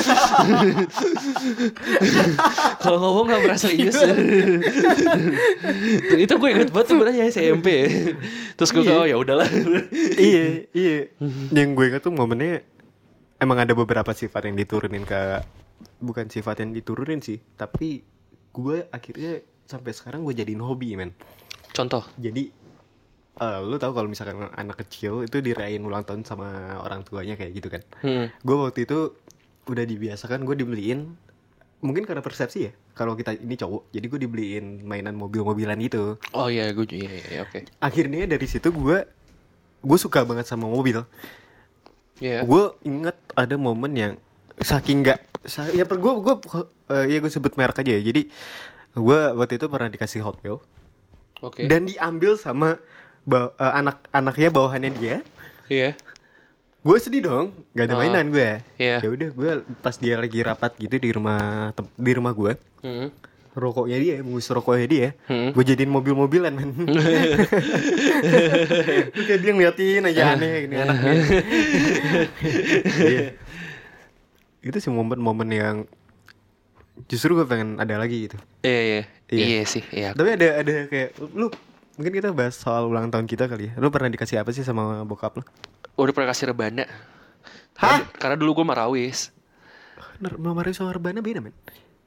Kalau ngomong gak berasa iya sih. Dan itu gue inget banget tuh, gue nanya S M P ya. Terus gue Iya. oh ya udahlah. Iya, iya. Yang gue ingat tuh momennya emang ada beberapa sifat yang diturunin ke bukan sifat yang diturunin sih, tapi gue akhirnya sampai sekarang gue jadiin hobi, men. Contoh. Jadi eh lu tahu kalau misalkan anak kecil itu dirayain ulang tahun sama orang tuanya kayak gitu kan. Hmm. Gue waktu itu udah dibiasakan gue dibeliin, mungkin karena persepsi ya, kalau kita ini cowok, jadi gue dibeliin mainan mobil-mobilan gitu. Oh iya, gue iya, iya, iya, oke. Akhirnya dari situ gue gue suka banget sama mobil. Iya. Gue inget ada momen yang saking nggak, sa- ya per gue gue uh, ya gue sebut merek aja ya. Jadi gue waktu itu pernah dikasih Hot Wheels Oke. dan diambil sama ba- uh, anak-anaknya bawahannya dia. Iya. Gue sedih dong, nggak ada Oh. mainan gue. Iya. Ya udah gue pas dia lagi rapat gitu di rumah tem- di rumah gue, Hmm. rokoknya dia, bungkus rokoknya dia, Hmm. gue jadiin mobil-mobilan men. Kayak dia ngeliatin aja aneh ini anaknya. Iya. Itu sih momen-momen yang Justru gue pengen ada lagi gitu. Iya iya Iya. iya sih iya. Tapi ada ada kayak lu mungkin kita bahas soal ulang tahun kita kali ya. Lu pernah dikasih apa sih sama bokap lu? Udah pernah kasih rebana. Hah? Karena, karena dulu gue marawis. Mama sama Rebana beda men.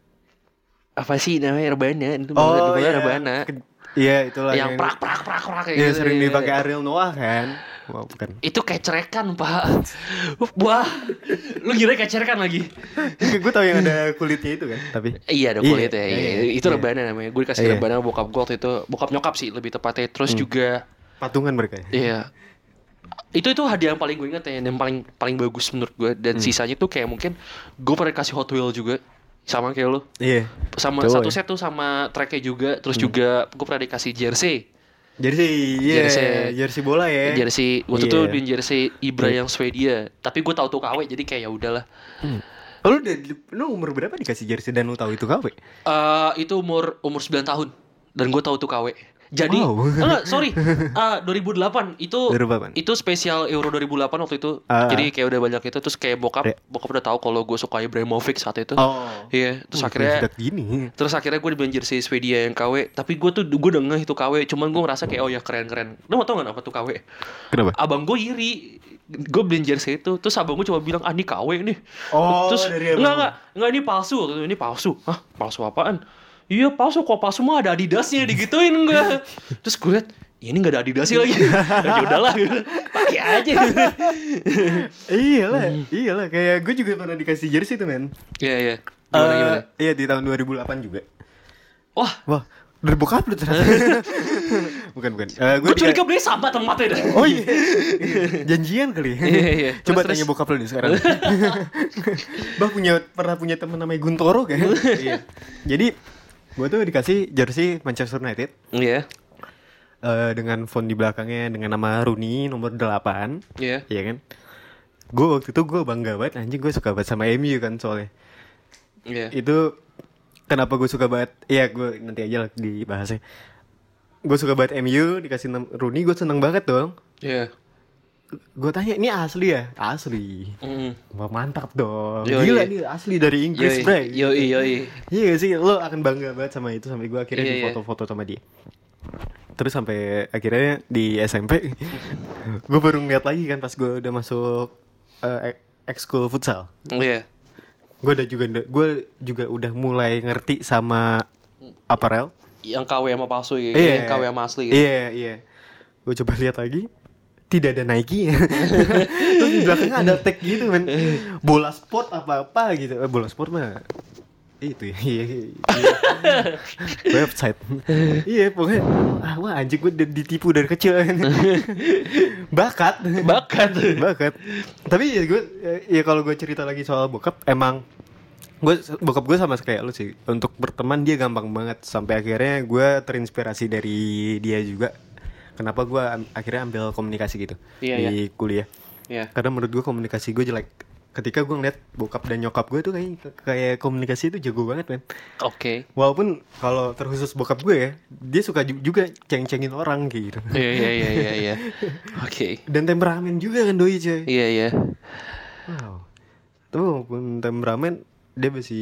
Apa sih namanya rebana? Itu Oh dulu iya. rebana. Ke- Iya itulah Yang prak prak prak prak kayak Iya gitu. sering dipakai Ariel Noah kan. Wah bukan. Itu kecerekan pak. Wah, lu kira kecerekan lagi? Gue tau yang ada kulitnya itu kan. Tapi Iya ada Iya, kulit ya. iya, Iya, iya. Itu Iya. rebana namanya. Gue dikasih Iya. rebana sama bokap gue waktu itu. Bokap nyokap sih lebih tepatnya. Terus juga patungan mereka ya. iya. Itu itu hadiah yang paling gue ingat ya, yang paling paling bagus menurut gue. Dan sisanya tuh kayak mungkin gue pernah kasih Hot Wheels juga sama kayak lu. Iya. Sama Cowok satu ya? set tuh sama tracknya juga. Terus juga gue pernah dikasih jersey. Jersey, iya, Jersey. jersey bola ya. Jersey waktu Iya. itu beliin jersey Ibra yang Swedia. Tapi gue tahu tuh K W jadi kayak ya udahlah. Oh, lu, udah, lu umur berapa dikasih jersey dan lu tahu itu K W? Eh itu umur umur sembilan tahun dan gue tahu tuh K W. Jadi Wow. enggak, sorry. Ah, dua ribu delapan itu dua ribu delapan. itu spesial Euro dua ribu delapan waktu itu. Ah. Jadi kayak udah banyak itu terus kayak bokap Re- bokap udah tahu kalau gue suka Ibrahimovic saat itu. Oh. Iya, terus Oh, akhirnya udah gini. terus akhirnya gue dibeliin jersey Swedia yang K W. Tapi gue tuh gue udah ngeh itu K W. Cuman gue ngerasa kayak oh ya keren-keren. Lu mau tau gak apa tuh K W? Kenapa? Abang gue iri. Gue beliin jersey itu. Terus abang gue cuma bilang ah ini K W nih. Oh, Terus dari abang. enggak enggak enggak ini palsu. Waktu itu, ini palsu. Hah palsu apaan? Iya palsu, kok palsu mah ada Adidasnya digituin enggak. Terus gue liat ya ini gak ada Adidasnya lagi. Ya udahlah pakai aja. Iyalah, iyalah kayak gue juga pernah dikasih jersey tuh men. Iya iya. Gimana Eh, gimana? Iya di tahun dua ribu delapan juga. Wah, Wah, dari bokap lu ternyata. bukan bukan. Eh, gue curiga beli sama tempatnya dah. Oh iya. Janjian kali. Iya, iya. Coba Terus, tanya terus. bokap lu nih sekarang. Bah punya pernah punya teman namanya Guntoro kan? Iya. Jadi gue tuh dikasih jersey Manchester United Iya. eh, dengan font di belakangnya dengan nama Rooney nomor delapan. Iya. Iya kan? Gue waktu itu gue bangga banget anjing, gue suka banget sama M U kan soalnya. Iya. Itu kenapa gue suka banget? Iya gue nanti aja lah dibahasnya. Gue suka banget M U dikasih nam- Rooney, gue seneng banget dong. Iya. Gue tanya ini asli ya? Asli. Mm. Wah mantap dong. Yoi. Gila nih asli dari Inggris, Yoi, bray. yoi, yoi. Iya gak sih, lo akan bangga banget sama itu sampai gue akhirnya Iya, di iya. foto-foto sama dia. Terus sampai akhirnya di S M P gue baru ngeliat lagi kan pas gue udah masuk uh, ekskul futsal. Iya. Gue udah juga gue juga udah mulai ngerti sama apparel. Yang K W sama palsu ya. Iya. Yang K W sama asli gitu. Iya iya. Gue coba lihat lagi, tidak ada Nike ya. Terus di belakangnya ada tag gitu men. Bola sport apa-apa gitu. Eh, bola sport mah itu ya. Iya, iya. Website. Iya pokoknya ah, wah anjing gue ditipu dari kecil. Bakat. Bakat. Bakat. Tapi ya gue ya kalau gue cerita lagi soal bokap emang gue bokap gue sama kayak lu sih, untuk berteman dia gampang banget sampai akhirnya gue terinspirasi dari dia juga. Kenapa gue am- akhirnya ambil komunikasi gitu Iya, di kuliah? Iya. Karena menurut gue komunikasi gue jelek. Ketika gue ngeliat bokap dan nyokap gue tuh kayak kayak komunikasi itu jago banget men. Oke. Walaupun kalau terkhusus bokap gue ya, dia suka ju- juga ceng-cengin orang kayak gitu. Iya iya iya iya iya. Oke. Dan temperamen juga kan doi coy. Iya iya. Wow. Tapi walaupun temperamen dia masih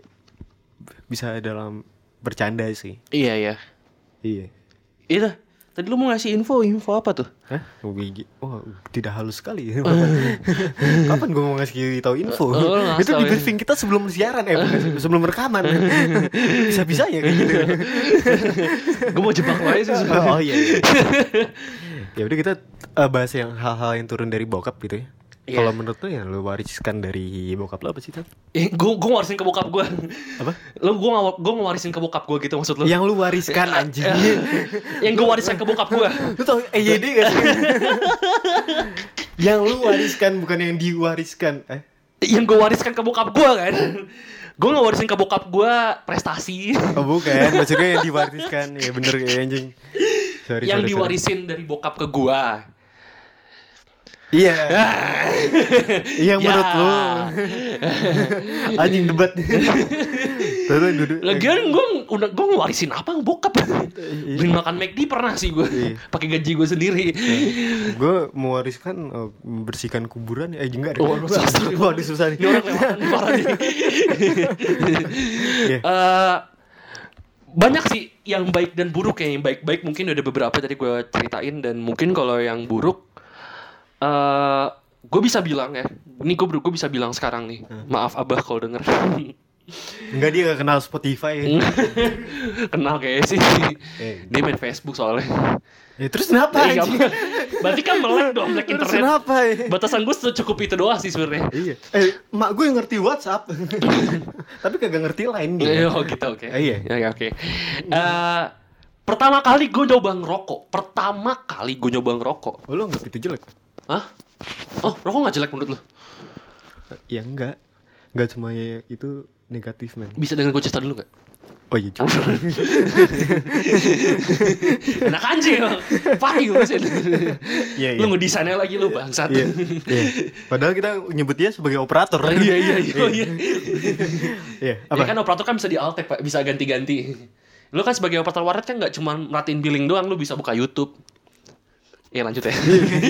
bisa dalam bercanda sih. Iya iya. Iya. Itu tadi lu mau ngasih info, info apa tuh? Hah? Oh, gigi. Oh, tidak halus sekali. Kapan gue mau ngasih tahu info? Oh, lu ngasih Itu tahu di ya. briefing kita sebelum siaran eh bukan, sebelum rekaman. Bisa-bisanya kayak gitu. Gue mau jebak aja sih sebenarnya. Oh iya. iya. Ya udah kita uh, bahas yang hal-hal yang turun dari bokap gitu ya. Iya. Kalau menurut lo yang lo wariskan dari bokap lo apa sih, Tan? Eh, gue gue ngewarisin ke bokap gue. Apa? Lo gue nggak gue ngewarisin ke bokap gue gitu maksud lo? Yang lo wariskan anjing. Yang gue warisan ke bokap gue. Lu tau E Y D gak sih? Yang lu wariskan bukan yang diwariskan. Eh? Yang gue wariskan ke bokap gue kan. Gue ngewarisin ke bokap gue prestasi. Oh bukan, maksudnya yang diwariskan. Ya bener kayak anjing. Sorry, Yang sorry, diwarisin dari bokap ke gue. Iya. Iya menurut Ya. lu. Anjing debat. Terus duduk. Lagian gue udah gue ngewarisin apa bokap. Beli makan McD pernah sih gue. Iya. Pakai gaji gue sendiri. Gue mewariskan uh, membersihkan kuburan ya, eh enggak deh. Oh, susah. Waduh susah nih. Ini orang lewatan parah nih. Iya. Eh, banyak sih yang baik dan buruk ya. Yang baik-baik mungkin udah beberapa tadi gue ceritain, dan mungkin kalau yang buruk eh gue bisa bilang ya. Ini gue gue bisa bilang sekarang nih. Maaf Abah kalau denger. Enggak, dia gak kenal Spotify ya. Kenal kayaknya sih. Eh. Dia main Facebook soalnya. Ya terus kenapa Eh, anjing? gak- Berarti kan melek dong, melek Terus internet. kenapa ya? Batasan gue cukup itu doang sih sebenarnya. Iya. Eh, mak gue yang ngerti WhatsApp. Tapi kagak ngerti Line dia. Eh, Oh gitu, oke. Eh, iya. Ya, ya, oke. Eh, pertama kali gue nyoba ngerokok. Pertama kali gue nyoba ngerokok. Oh, lo nggak itu jelek? Hah? Oh, rokok gak jelek menurut lo? Ya enggak. Enggak semuanya itu negatif, men. Bisa dengan gue cerita dulu gak? Oh iya juga. Enak anjing lo. Pahit gue sih. Iya, iya. Lo ngedesainnya lagi lo bangsat. Iya. Iya. Padahal kita nyebut dia sebagai operator. Iya, iya, iya. Oh, iya. Iya. Ya Apa? kan operator kan bisa di alt Pak, bisa ganti-ganti. Lo kan sebagai operator warnet kan gak cuma merhatiin billing doang, lo bisa buka YouTube. Ya lanjut ya.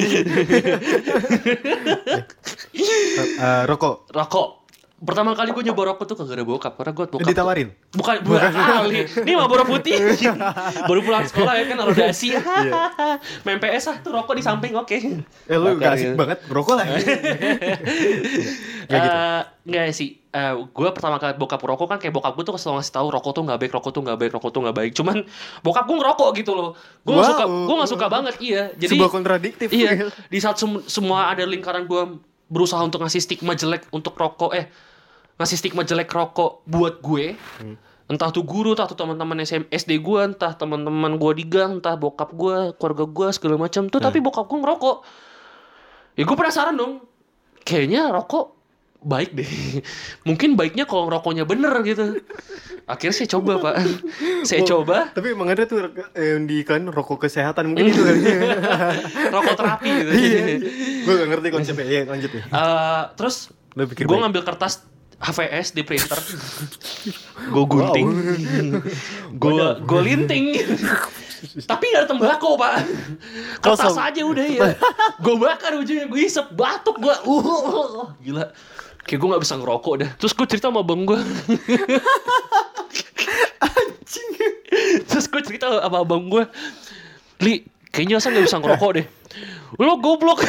Uh, rokok. Rokok. Pertama kali gue nyoba rokok tuh kagak ada bokap, karena gue bokap. Ditawarin. Tuh, bukan bukan kali. Ini Marlboro putih. Baru pulang sekolah ya kan rodasi. Main P S ah tuh rokok di samping, oke. Eh lu gak asik banget rokok lah. Gak gitu. Enggak sih. Uh, gue pertama kali bokap rokok kan kayak bokap gue tuh selalu ngasih tahu rokok tuh nggak baik, rokok tuh nggak baik, rokok tuh nggak baik. Cuman bokap gue ngerokok gitu loh. Gue nggak Wow. suka, gue nggak suka banget. Iya. Jadi Sebuah kontradiktif. Iya. Di saat sem- semua ada lingkaran gue berusaha untuk ngasih stigma jelek untuk rokok, eh ngasih stigma jelek rokok buat gue. Hmm. Entah tuh guru, entah tuh teman-teman S M S D gue, entah teman-teman gue di gang, entah bokap gue, keluarga gue segala macam tuh. Hmm. Tapi bokap gue ngerokok. Ya gue penasaran dong. Kayaknya rokok baik deh. Mungkin baiknya kalau ngerokoknya bener gitu. Akhirnya saya coba pak. Saya Oh, coba. Tapi emang ada tuh eh, yang di iklan rokok kesehatan mungkin itu kan. Rokok terapi gitu. Iya. Gue gak ngerti konsepnya. Iya lanjut ya. Uh, terus gue ngambil kertas H V S di printer. Gue gunting. Gue gue linting. Tapi gak ada tembakau pak. Kertas Kosong. aja udah ya. Gue bakar ujungnya. Gue isep batuk gue. Uh, gila. Kayak gue gak bisa ngerokok dah. Terus gue cerita sama abang gue. Anjing. Terus gue cerita sama abang gue. Li, kayaknya saya gak bisa ngerokok deh. Lo goblok.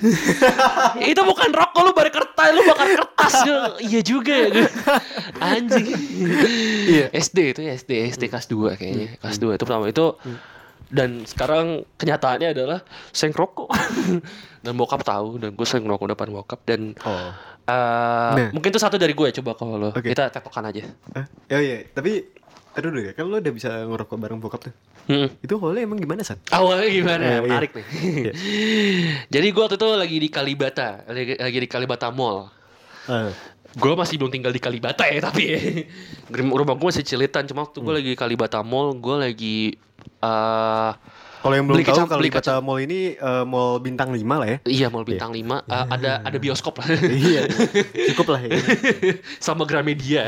Itu bukan rokok, lo bakar kertas, lo bakar kertas. Iya juga ya. Anjing. Iya. S D itu ya, S D, S D kelas dua kayaknya. Kelas dua itu pertama itu. Dan sekarang kenyataannya adalah saya ngerokok. Dan bokap tahu, dan gue sering ngerokok depan bokap. Dan Oh. uh, Nah. mungkin itu satu dari gue. Coba kalau lo, Oke. kita tektokan aja. Hah? Oh iya, tapi aduh dulu ya, kan lo udah bisa ngerokok bareng bokap tuh. Hmm. Itu awalnya emang gimana, San? Awalnya gimana? Eh, iya. Menarik nih. Jadi gue waktu itu lagi di Kalibata, lagi, lagi di Kalibata Mall. Uh. Gue masih belum tinggal di Kalibata ya, tapi ya. Rumah gue masih Cilitan. Cuma waktu gue Hmm. lagi di Kalibata Mall, gue lagi uh, Kalau yang belum beli tahu, kecap- kalau beli kata mall ini uh, mall bintang lima lah ya. iya mall bintang lima. Uh, ada ada bioskop lah. Iya, cukup lah ya. Sama Gramedia.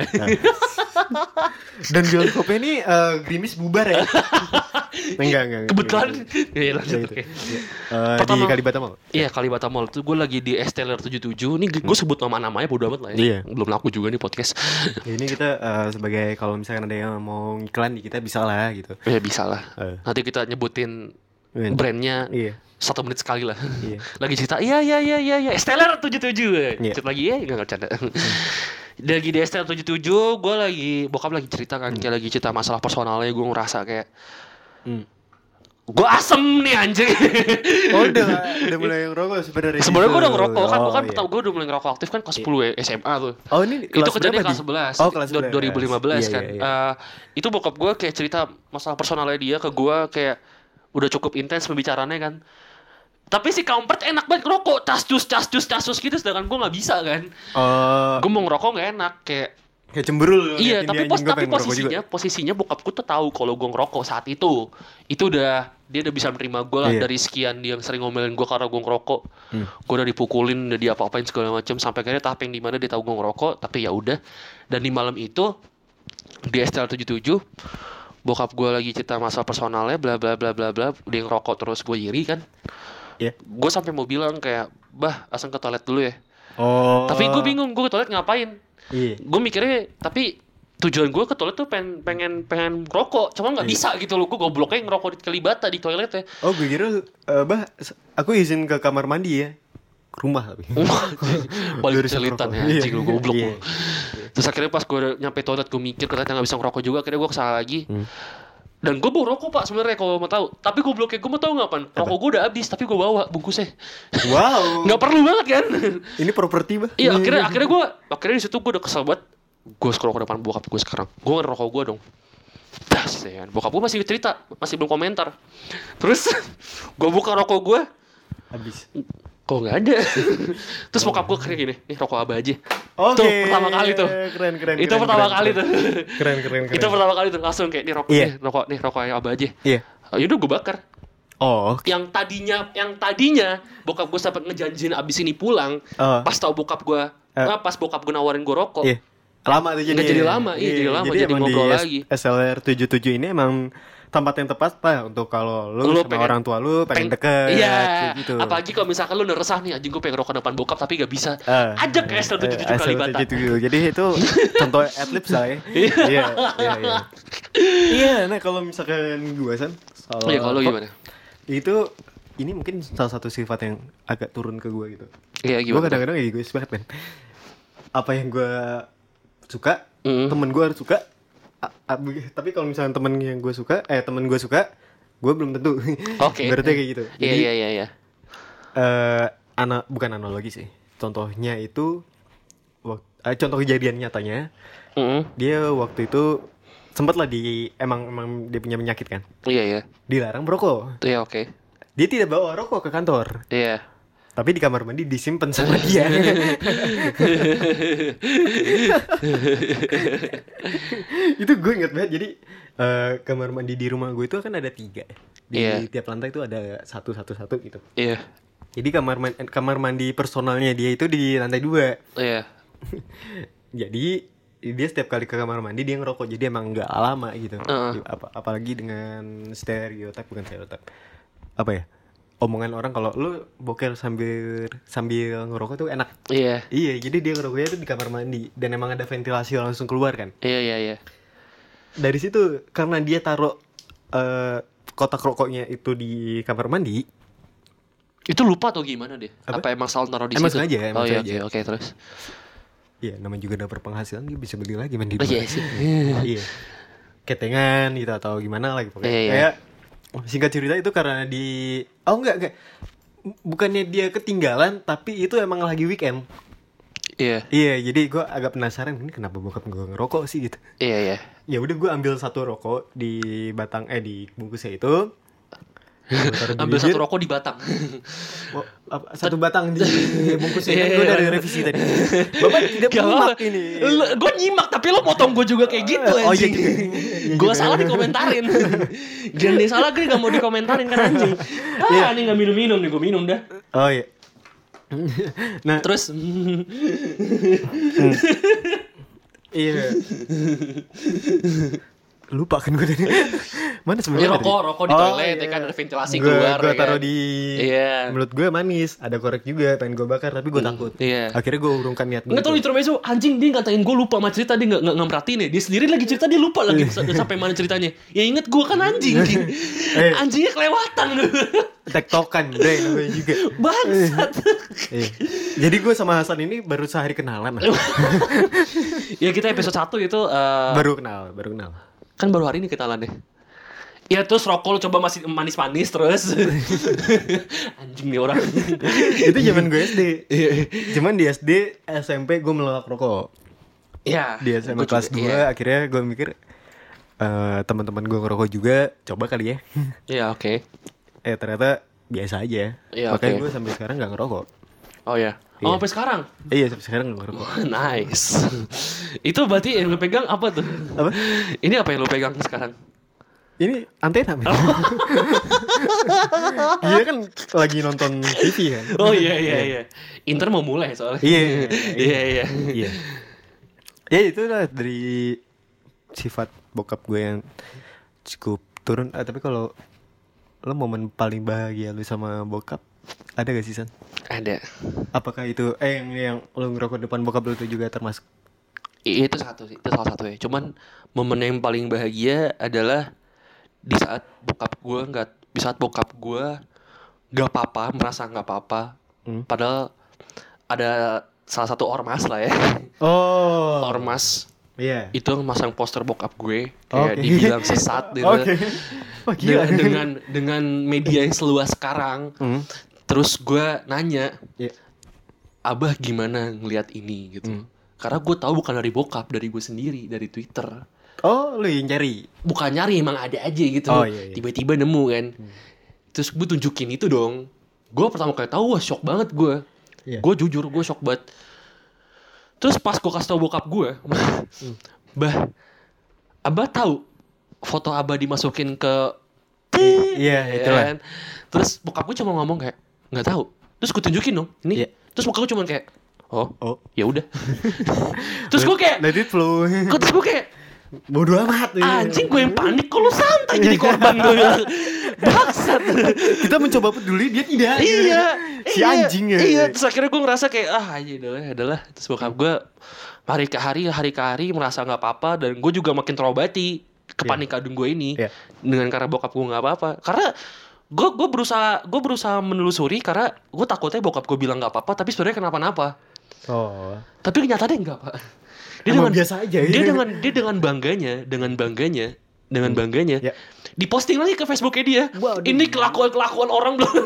Dan bioskopnya ini uh, Grimis bubar ya. Enggak, enggak. Kebetulan. enggak. Iya lanjut. Gitu. Oke. Uh, di Pertama- Kalibata Mall. Iya Kalibata Mall tuh gue lagi di Esteller tujuh puluh tujuh. Ini gue sebut nama-namanya bodo amat lah ya. Iya. Belum laku juga nih podcast. Ya, ini kita uh, sebagai kalau misalkan ada yang mau iklan di kita bisa lah gitu. Ya bisa lah. Eh. Nanti kita nyebutin Iya. brandnya Iya. satu menit sekali lah. Iya. Lagi cerita, iya iya iya iya iya Esteller tujuh puluh tujuh. Iya. Cerita lagi ya, enggak bercanda. Lagi di Esteller tujuh puluh tujuh, gue lagi bokap lagi cerita kan, kayak lagi cerita masalah personalnya, gue ngerasa kayak Hmm. gue asem nih anjing. Oh udah, udah mulai ngerokok sebenarnya. Sebenarnya gue gitu. udah ngerokok kan, Oh, bukan iya. pertama gue udah mulai ngerokok aktif kan kelas sepuluh ya, S M A tuh. Oh ini Itu kelas kejadian berapa, kelas Di? sebelas. Oh kelas sebelas. dua ribu lima belas Iya, kan. iya, iya. Eh, itu bokap gue kayak cerita masalah personalnya dia ke gue kayak udah cukup intens pembicaranya kan. Tapi si kampret enak banget ngerokok, cas-cus, cas-cus, cas-cus gitu, sedangkan gue nggak bisa kan. Oh, Gue mau ngerokok nggak enak kayak. kayak cemberul. Iya, liatin tapi dia, pos, anjing, gua tapi pengen ngerokok posisinya, juga. posisinya bokapku tuh tahu kalau gue ngerokok saat itu. Itu udah dia udah bisa menerima gue lah Iya. dari sekian dia yang sering ngomelin gue karena gue ngerokok. Hmm. Gue udah dipukulin, udah diapa-apain segala macam sampai akhirnya tahap yang dimana dia tahu gue ngerokok, tapi ya udah. Dan di malam itu di S T L tujuh puluh tujuh bokap gue lagi cerita masalah personalnya bla bla bla bla bla, dia ngerokok terus, gue iri kan. Iya. Gue sampai mau bilang kayak, bah asal ke toilet dulu ya. Oh. Tapi gue bingung, gue ke toilet ngapain? Iya. Gue mikirnya, tapi tujuan gue ke toilet tuh pengen pengen pengen rokok, cuma nggak Iya. bisa gitu loh. Gue gobloknya ngerokok di Kalibata di toilet ya. Oh, gue kira uh, bah aku izin ke kamar mandi ya. Ke rumah tapi. Balik Dari celitan rokok. ya, Iya. anjing lu goblok Iya. lu. Terus akhirnya pas gue nyampe toilet gue mikir ternyata nggak bisa ngerokok juga, akhirnya gue kesana lagi. Hmm. Dan gue bawa rokok pak sebenarnya kalau mau tahu, tapi gue bloknya gue mau tahu nggak pan? Rokok gue udah habis tapi gue bawa bungkusnya. Wow. Nggak perlu banget kan? Ini properti bah. Iya akhirnya akhirnya gue akhirnya di situ gue udah kesel banget. Gue scroll ke depan bokap gue sekarang. Gue ngerokok gue dong. Das ya. Bokap gue masih cerita, masih belum komentar. Terus gue buka rokok gue, Habis. kok nggak ada. Terus bokap gue kayak gini, nih rokok Abah aja. Oke. Tuh pertama kali tuh. Keren keren. Itu keren, pertama keren, kali keren. tuh. Keren keren keren. Itu pertama kali tuh langsung kayak nih rokok Iya. nih rokok nih rokok yang Abah aja. Iya. Yaudah gue bakar. Oh. Yang tadinya yang tadinya bokap gue sempat ngejanjiin abis ini pulang. Oh. Pas tahu bokap gue, Eh. nah, pas bokap gue nawarin gue rokok. Iya. Lama tuh jadi. Nggak jadi lama, iya, jadi lama, jadi emang ngobrol di lagi. S L R tujuh puluh tujuh ini emang tempat yang tepat pak untuk kalau lu, Lu sama pengen- orang tua lu pengen, Peng- deket Iya. gitu. Apalagi kalau misalkan lu udah resah nih, anjing gue pengen rokok depan bokap tapi gak bisa. Eh, Ajak ke S T L tujuh puluh tujuh eh, S L R Kalibata. tujuh puluh tujuh. Jadi itu contoh adlibs lah ya. Iya, iya, iya. Iya, nah kalau misalkan gue san soal Iya, kalau lu gimana? Itu ini mungkin salah satu sifat yang agak turun ke gue gitu. Iya, Gue gimana? kadang-kadang egois banget men. Apa yang gue suka, Mm. temen gue harus suka. A- a- tapi kalau misalnya temen yang gue suka, eh temen gue suka, gue belum tentu. Oke. Berarti kayak gitu. Iya, iya, iya, iya. eh ana bukan analogi sih. Contohnya itu wak- eh, contoh kejadian nyatanya, Mm. dia waktu itu sempat lah di emang emang dia punya penyakit kan. Iya, iya. Dilarang merokok. Iya, oke. Dia tidak bawa rokok ke kantor. Iya. Tapi di kamar mandi disimpan sama dia. Itu gue inget banget. Jadi eh, kamar mandi di rumah gue itu kan ada tiga. Di Iya. tiap lantai itu ada satu satu satu gitu. Iya. Jadi kamar man- kamar mandi personalnya dia itu di lantai dua. Iya. Jadi dia setiap kali ke kamar mandi dia ngerokok. Jadi emang nggak lama gitu. Heeh. Apa, apalagi dengan stereotip bukan stereotip. Apa ya? Omongan orang kalau lu boker sambil sambil ngerokok tuh enak. Iya. Iya, jadi dia ngerokoknya tuh di kamar mandi dan emang ada ventilasi langsung keluar kan. Iya, iya, iya. Dari situ karena dia taruh eh, kotak rokoknya itu di kamar mandi. Itu lupa atau gimana deh? Apa? Apa, emang salah taruh di Emang situ? sengaja, emang oh iya, sengaja. oke, oke, terus. Iya, namanya juga dapur penghasilan dia bisa beli lagi mandi. Oh iya sih. Iya. Ketengan gitu atau gimana lagi pokoknya. Iya, iya. Kayak singkat cerita itu karena di oh enggak enggak. Bukannya dia ketinggalan tapi itu emang lagi weekend. Iya. Iya, jadi gue agak penasaran ini kenapa bokap gue ngerokok sih gitu. Iya, iya. Ya udah gue ambil satu rokok di batang eh di bungkusnya itu. Gua taruh di Ambil bibir. satu rokok di batang. Oh, apa, satu batang di bungkusnya kan Iya, gue iya. dari revisi tadi. Bapak tidak Gak menyimak apa-apa. ini. Gue nyimak tapi lo motong gue juga kayak gitu Oh, iya anjing. juga. Iya Gue juga. salah dikomentarin. Jangan dia salah gue gak mau dikomentarin kan anjing. Ah Iya. ini gak minum-minum nih, gue minum dah. Oh iya. Nah, Terus iya. Lupa kan gue tadi. Mana ini sebenarnya? rokok, tadi? rokok di Oh, toilet iya. ya kan ada ventilasi Gua- keluar. Gue ya taruh kan? di Iya. mulut gue manis, ada korek juga, pengen gue bakar tapi gue takut. Iya. Akhirnya gue urungkan niat gue. Nggak tahu di intermezzo anjing dia ngatain gue lupa sama cerita, dia nggak nggak nggak merhatiin ya, dia sendiri lagi cerita dia lupa lagi sa- sampai mana ceritanya. Ya inget gue kan anjing, Eh. anjingnya kelewatan. Tektokan, bre, namanya juga. Bangsat. Iya. Jadi gue sama Hasan ini baru sehari kenalan. Ya kita episode satu itu eh, baru kenal, baru kenal. kan baru hari ini kenalan deh. Ya terus rokok lu coba masih manis-manis terus. Anjing nih orang. Itu zaman gue S D. Cuman di S D, S M P gue menolak rokok. Iya. Di S M P gua kelas juga, dua iya. akhirnya gue mikir eh teman-teman gue ngerokok juga, coba kali ya. Iya, oke. Eh ternyata biasa aja. Iya, Makanya oke. gue sampai sekarang nggak ngerokok. Oh ya. Iya. Oh sampai sekarang. Eh, iya sampai sekarang nggak ngerokok. Nice. Itu berarti yang lu pegang apa tuh? Apa? Ini apa yang lu pegang sekarang? Ini antena. Men. Iya kan lagi nonton T V kan. Oh iya iya iya. Inter mau mulai soalnya. Iya. Iya iya. Iya. Ya itu lah dari sifat bokap gue yang cukup turun. Ah, tapi kalau lo momen paling bahagia lu sama bokap ada gak sih, San? Ada. Apakah itu eh yang yang lo ngerokok depan bokap lu itu juga termasuk? I- itu satu sih, itu salah satu ya. Cuman momen yang paling bahagia adalah di saat bokap gue nggak, di saat bokap gue nggak apa-apa, merasa nggak apa-apa. Hmm. Padahal ada salah satu ormas lah ya. Oh. Ormas. Iya. Itu masang poster bokap gue kayak Okay. dibilang sesat gitu. Oke. Oh, gila. dengan, dengan dengan media yang seluas sekarang. Hmm. Terus gue nanya, yeah. Abah gimana ngelihat ini gitu. Hmm. Karena gue tahu bukan dari bokap, dari gue sendiri, dari Twitter. Oh, lu yang nyari? Bukan nyari, emang ada aja gitu. Oh, iya, iya. Tiba-tiba nemu kan. Hmm. Terus gue tunjukin itu dong. Gue pertama kali tahu, wah shock banget gue. Yeah. Gue jujur, gue shock banget. Terus pas gue kasih tau bokap gue, hmm. Bah, Abah tahu foto Abah dimasukin ke, iya, yeah, itulah. kan? Terus bokap gue cuma ngomong kayak nggak tahu. Terus gue tunjukin dong, ini. Yeah. Terus bokap gue cuma kayak, oh, oh. ya udah. Terus gue kayak, let it flow. Terus gue kayak, bodoh amat. Anjing, gue yang panik, kok lu santai jadi korban gue. Bangsat. Kita mencoba peduli, dia tidak. Iya. Si anjing ya. Iya, terus akhirnya gue ngerasa kayak ah aja adalah adalah terus bokap gue hari ke hari hari ke hari merasa nggak apa-apa dan gue juga makin terobati kepanikan yeah. gue ini yeah. dengan karena bokap gue nggak apa-apa. Karena gue gue berusaha gue berusaha menelusuri karena gue takutnya bokap gue bilang nggak apa-apa tapi sebenarnya kenapa-napa. Oh. Tapi kenyataannya enggak, Pak. Dia Emang dengan biasa aja. Dia ya? dengan dia dengan bangganya, dengan bangganya, dengan hmm. bangganya. Yeah. Diposting lagi ke Facebooknya dia. Wow, ini kelakuan-kelakuan orang belum.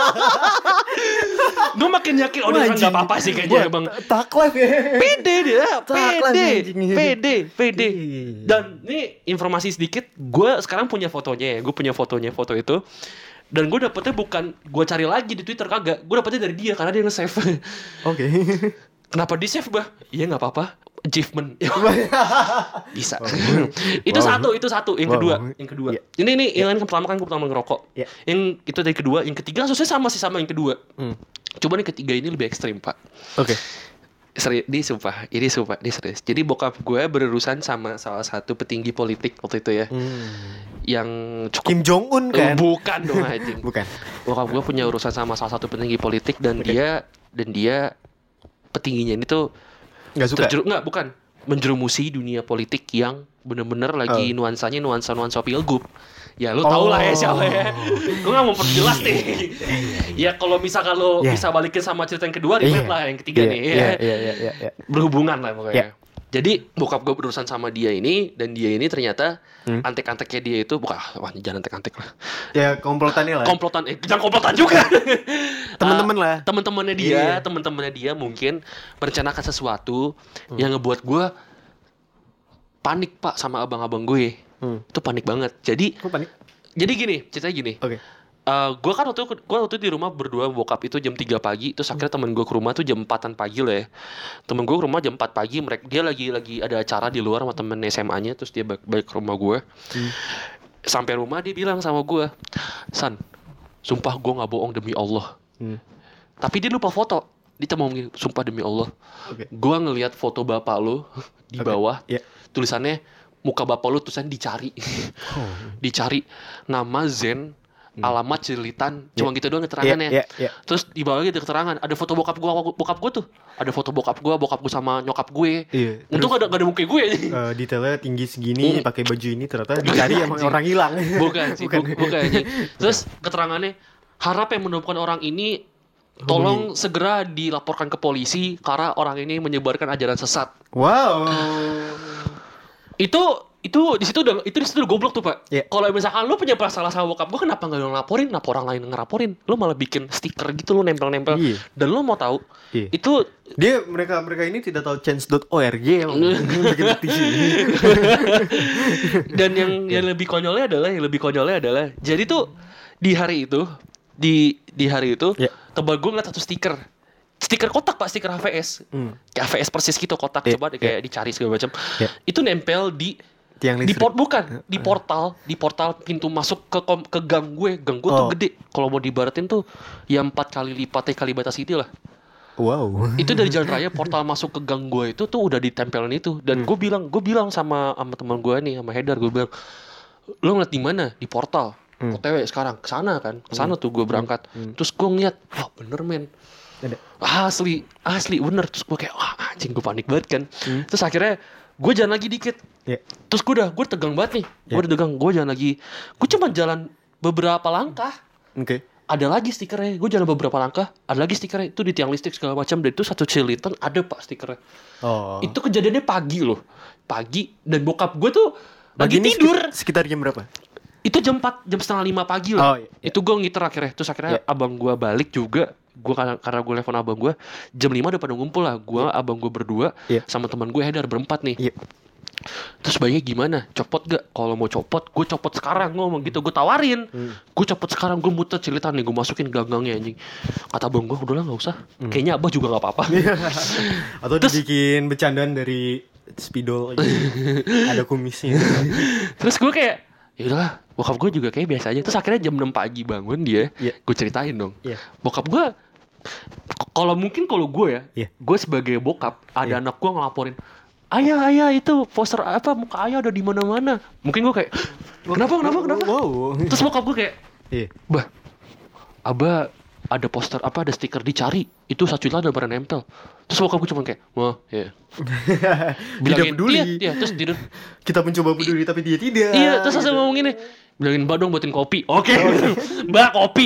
Gue makin yakin oh dia nggak apa-apa sih kayaknya bang. Taklef ya. Pede dia, pede, pede, pede. Dan ini informasi sedikit, gue sekarang punya fotonya ya, gue punya fotonya foto itu. Dan gue dapetnya bukan gue cari lagi di Twitter kagak, gue dapetnya dari dia karena dia nge-save. Oke. Okay. Kenapa di save bah? Iya nggak apa-apa. Achievement. Bisa. Wow. Itu wow. satu, itu satu. Yang wow. kedua, yang kedua. Yeah. Ini ini yeah. yang pertama kan gue pertama ngerokok. Yeah. Yang itu dari kedua, yang ketiga susahnya sama sih sama yang kedua. Hmm. Coba nih ketiga ini lebih ekstrim pak. Oke. Okay. Serius, ini sumpah, ini sumpah, ini serius. Jadi bokap gue berurusan sama salah satu petinggi politik waktu itu ya. Hmm. Yang cukup Kim Jong Un kan? Bukan dong anjing. Bukan. Bokap gue punya urusan sama salah satu petinggi politik dan okay. dia dan dia petingginya ini tuh nggak suka terjeru, nggak bukan menjerumusi dunia politik yang benar-benar lagi oh. nuansanya nuansa nuansa pilgub. Ya lu oh. tau lah ya siapa ya. Gue nggak mau perjelas nih. Ya kalau misalkan lo yeah. bisa balikin sama cerita yang kedua, ribet yeah. lah yang ketiga yeah. nih. Yeah. Ya. Yeah. Yeah. Yeah. Yeah. Berhubungan lah pokoknya. Yeah. Jadi bokap gue berurusan sama dia ini dan dia ini ternyata hmm. antek-anteknya dia itu bukan wah jangan antek-antek lah. Ya komplotannya lah. Komplotan eh jangan komplotan juga. Teman-teman uh, lah. Teman-temannya dia, yeah. teman-temannya dia mungkin merencanakan sesuatu hmm. yang ngebuat gue panik pak sama abang-abang gue. Hmm. Itu panik banget. Jadi Kok panik? Jadi gini, ceritanya gini. Oke. Okay. Uh, gue kan waktu gue waktu di rumah berdua bokap itu jam tiga pagi, terus akhirnya temen gue ke rumah tuh jam empatan pagi lah ya. Temen gue ke rumah jam empat pagi, mereka dia lagi lagi ada acara di luar sama temen S M A-nya, terus dia balik, balik ke rumah gue. Hmm. Sampai rumah dia bilang sama gue, San, sumpah gue nggak bohong demi Allah. Hmm. Tapi dia lupa foto. Dia cuma ngomong, sumpah demi Allah. Okay. Gue ngelihat foto bapak lo di okay. bawah, yeah. tulisannya muka bapak lo tulisannya dicari, oh. dicari nama Zen. Alamat Cilitan, cuma yeah. gitu doang keterangannya. Yeah, yeah, yeah. Terus di bawah lagi ada keterangan, ada foto bokap gua, bokap gua tuh, ada foto bokap gua, bokap gua sama nyokap gue. Yeah. Untung gak ada gak ada muka gue. Uh, detailnya tinggi segini, mm. pakai baju ini ternyata dicari emang orang hilang. Bukan sih, bukan. Bu- bukan aja. Terus keterangannya, harap yang menemukan orang ini tolong Hubungi. segera dilaporkan ke polisi karena orang ini menyebarkan ajaran sesat. Wow. Itu itu di situ udah itu di situ udah goblok tuh pak. Yeah. Kalau misalkan lu punya masalah sama bokap gue, kenapa nggak lu laporin? Kenapa orang lain ngelaporin? Lu malah bikin stiker gitu, lu nempel-nempel. Yeah. Dan lu mau tahu yeah. itu dia mereka mereka ini tidak tahu change dot org emang bikin petisi. Dan yang yang lebih konyolnya adalah yang lebih konyolnya adalah jadi tuh di hari itu di di hari itu yeah. tebal gue ngeliat satu stiker. Stiker kotak pak, stiker H V S. Mm. Kayak H V S persis gitu kotak, yeah. coba deh kayak yeah. dicari segala macam. Yeah. Itu nempel di di port bukan di portal di portal pintu masuk ke kom, ke gang gue gang gue oh. tuh gede kalau mau dibaratin tuh ya empat kali lipatnya kali batas ini lah. Wow. Itu dari jalan raya portal masuk ke gang gue itu tuh udah ditempelin itu. Dan gue bilang, gue bilang sama sama teman gue nih, sama Haidar, gue bilang, lo ngeliat di mana? Di portal. Hmm. O T W sekarang kesana kan, kesana tuh gue berangkat. Hmm. Terus gue ngeliat, wah bener men, Ada. asli, asli bener. Terus gue kayak, wah anjing, gue panik banget kan. Hmm. Terus akhirnya gue jalan lagi dikit. Ya. Terus gue udah, gue tegang banget nih. Gue Ya. udah tegang, gue jalan lagi. Gue cuma jalan beberapa langkah. Oke. Ada lagi stikernya. Gue jalan beberapa langkah, ada lagi stikernya. Itu di tiang listrik segala macam. Dan itu satu Cilitan ada pak stikernya. Oh. Itu kejadiannya pagi loh. Pagi. Dan bokap gue tuh lagi Pagi ini tidur. sekit- Sekitar jam berapa? Itu jam empat, jam setengah lima pagi lah. Oh, iya. Itu gue ngiter akhirnya. Terus akhirnya Iya. abang gue balik juga. Gue karena, karena gue telepon abang gue, jam lima udah pada ngumpul lah. Gue, abang gue berdua, Iya. sama teman gue Haidar berempat nih. Iya. Terus bayinya gimana? Copot gak? Kalau mau copot, gue copot sekarang. Ngomong gitu, gue tawarin. Hmm. Gue copot sekarang, gue muter Cilitan nih, gue masukin gangangnya anjing. Kata abang gue, udahlah gak usah. Hmm. Kayaknya abah juga gak apa-apa. Atau Terus- dibikin bercandaan dari spidol gitu. Ada kumisnya. Terus gue kayak, ya udahlah, bokap gue juga kayak biasa aja. Terus akhirnya jam enam pagi bangun dia, Iya. gue ceritain dong. Iya. Bokap gue, k- kalau mungkin kalau gue ya, Iya. gue sebagai bokap, ada Iya. anak gue ngelaporin, ayah ayah itu poster apa muka ayah ada di mana-mana. Mungkin gue kayak, kenapa kenapa kenapa? Wow. Terus bokap gue kayak, Iya. bah, abah ada poster apa ada stiker dicari, itu saculan udah pada nempel. Terus bokap gue cuma kayak, wah ya. Tidak peduli. Iya, iya, terus tidur. Kita mencoba peduli tapi dia tidak. Iya, terus saya gitu. ngomong gini, bilangin Mbak dong buatin kopi. Oke, Mbak kopi.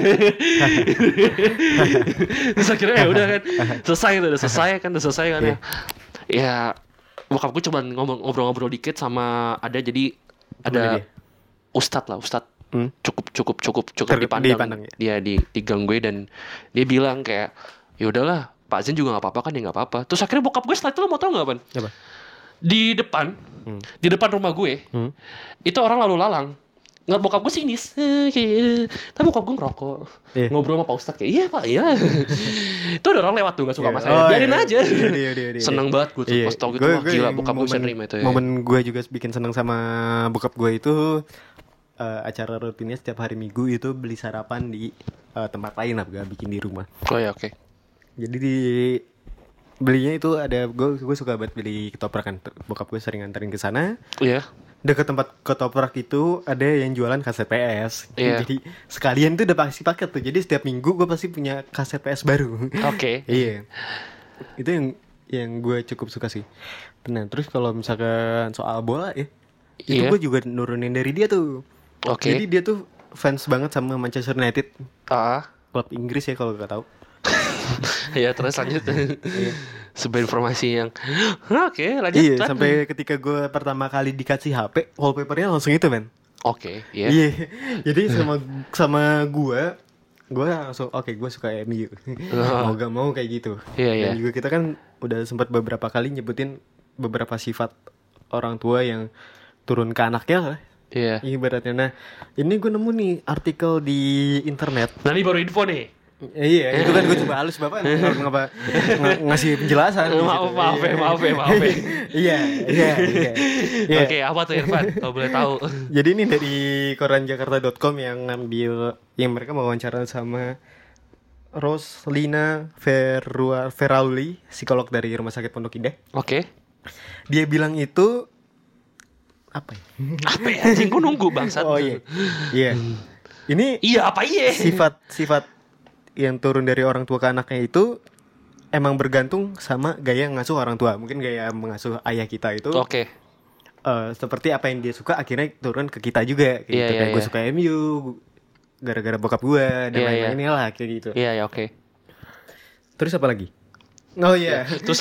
Terus akhirnya ya udah kan, selesai tuh, udah selesai kan, udah selesai kan ya. Ya, bokap gue cuma ngomong ngobrol-ngobrol dikit sama ada jadi ada dia? ustadz lah, ustadz Hmm. cukup cukup cukup cukup Ter- dipandang, dipandang, ya? dia di di gang gue dan dia bilang kayak, ya udahlah, Pak Zen juga nggak apa-apa kan, ya nggak apa-apa. Terus akhirnya bokap gue setelah itu lo mau tau nggak Pan? Apa? Di depan, Hmm. di depan rumah gue, Hmm. itu orang lalu lalang. Nggak, bokap gue sinis, eh, kayak, tapi bokap gue ngerokok, Iya. ngobrol sama Pak Ustadz kayak, iya Pak, iya. Itu ada orang lewat tuh nggak suka sama Iya. saya, Oh, biarin iya. aja. Iya, iya, iya, iya. Seneng banget gue tuh Iya. pas tau gitu, Gue- wah gue gila yang bokap gue bisa momen- nerima itu ya. Momen gue juga bikin seneng sama bokap gue itu eh, acara rutinnya setiap hari Minggu itu beli sarapan di eh, tempat lain lah, gak bikin di rumah. Oh ya oke. Jadi di belinya itu ada gue gue suka banget beli ketoprak kan. Bokap gue sering nganterin ke sana. Iya. Dekat tempat ketoprak itu ada yang jualan kaset P S. Iya. Jadi sekalian itu udah pasti paket tuh. Jadi setiap minggu gue pasti punya kaset P S baru. Oke. Iya. Itu yang yang gue cukup suka sih. Nah, terus kalau misalkan soal bola ya, itu Iya. gue juga nurunin dari dia tuh. Oke. Jadi dia tuh fans banget sama Manchester United, Ah, klub Inggris ya kalau gak tahu. ya terus lanjut. Sebuah informasi yang, oke lanjut. Iya, Lan. sampai ketika gue pertama kali dikasih H P, wallpapernya langsung itu, men. Oke, iya. Iya. Jadi sama sama gue, gue langsung oke, gue suka M U. Mau gak mau kayak gitu. Iya, iya. Dan juga kita kan udah sempat beberapa kali nyebutin beberapa sifat orang tua yang turun ke anaknya lah. Iya. Ibaratnya. Nah, ini gue nemu nih artikel di internet. Nah ini baru info nih. Eh, iya, itu kan gue coba halus bapak ng- ngapa ng- ngasih penjelasan. di Maaf, situ. maaf ya, Iya. maaf ya, maaf ya. Iya, iya, iya. Iya. Oke, apa tuh Irfan? Kalau boleh tahu. Jadi ini dari koran jakarta dot com yang ngambil, yang mereka wawancara sama Roslina Ferua, Ferauli, psikolog dari Rumah Sakit Pondok Indah. Oke. Dia bilang itu apa ya? Apa ya? Anjing gue nunggu bangsat. Oh iya. Iya. Ini Iya apa iya? sifat-sifat yang turun dari orang tua ke anaknya itu emang bergantung sama gaya ngasuh orang tua. Mungkin gaya mengasuh ayah kita itu Oke. eh, seperti apa yang dia suka akhirnya turun ke kita juga kayak Iya, gitu. iya, Kayak gue iya. suka M U gara-gara bokap gue dan Iya, lain-lainnya lah kayak gitu. Iya ya oke. Terus apa lagi? Oh iya. Terus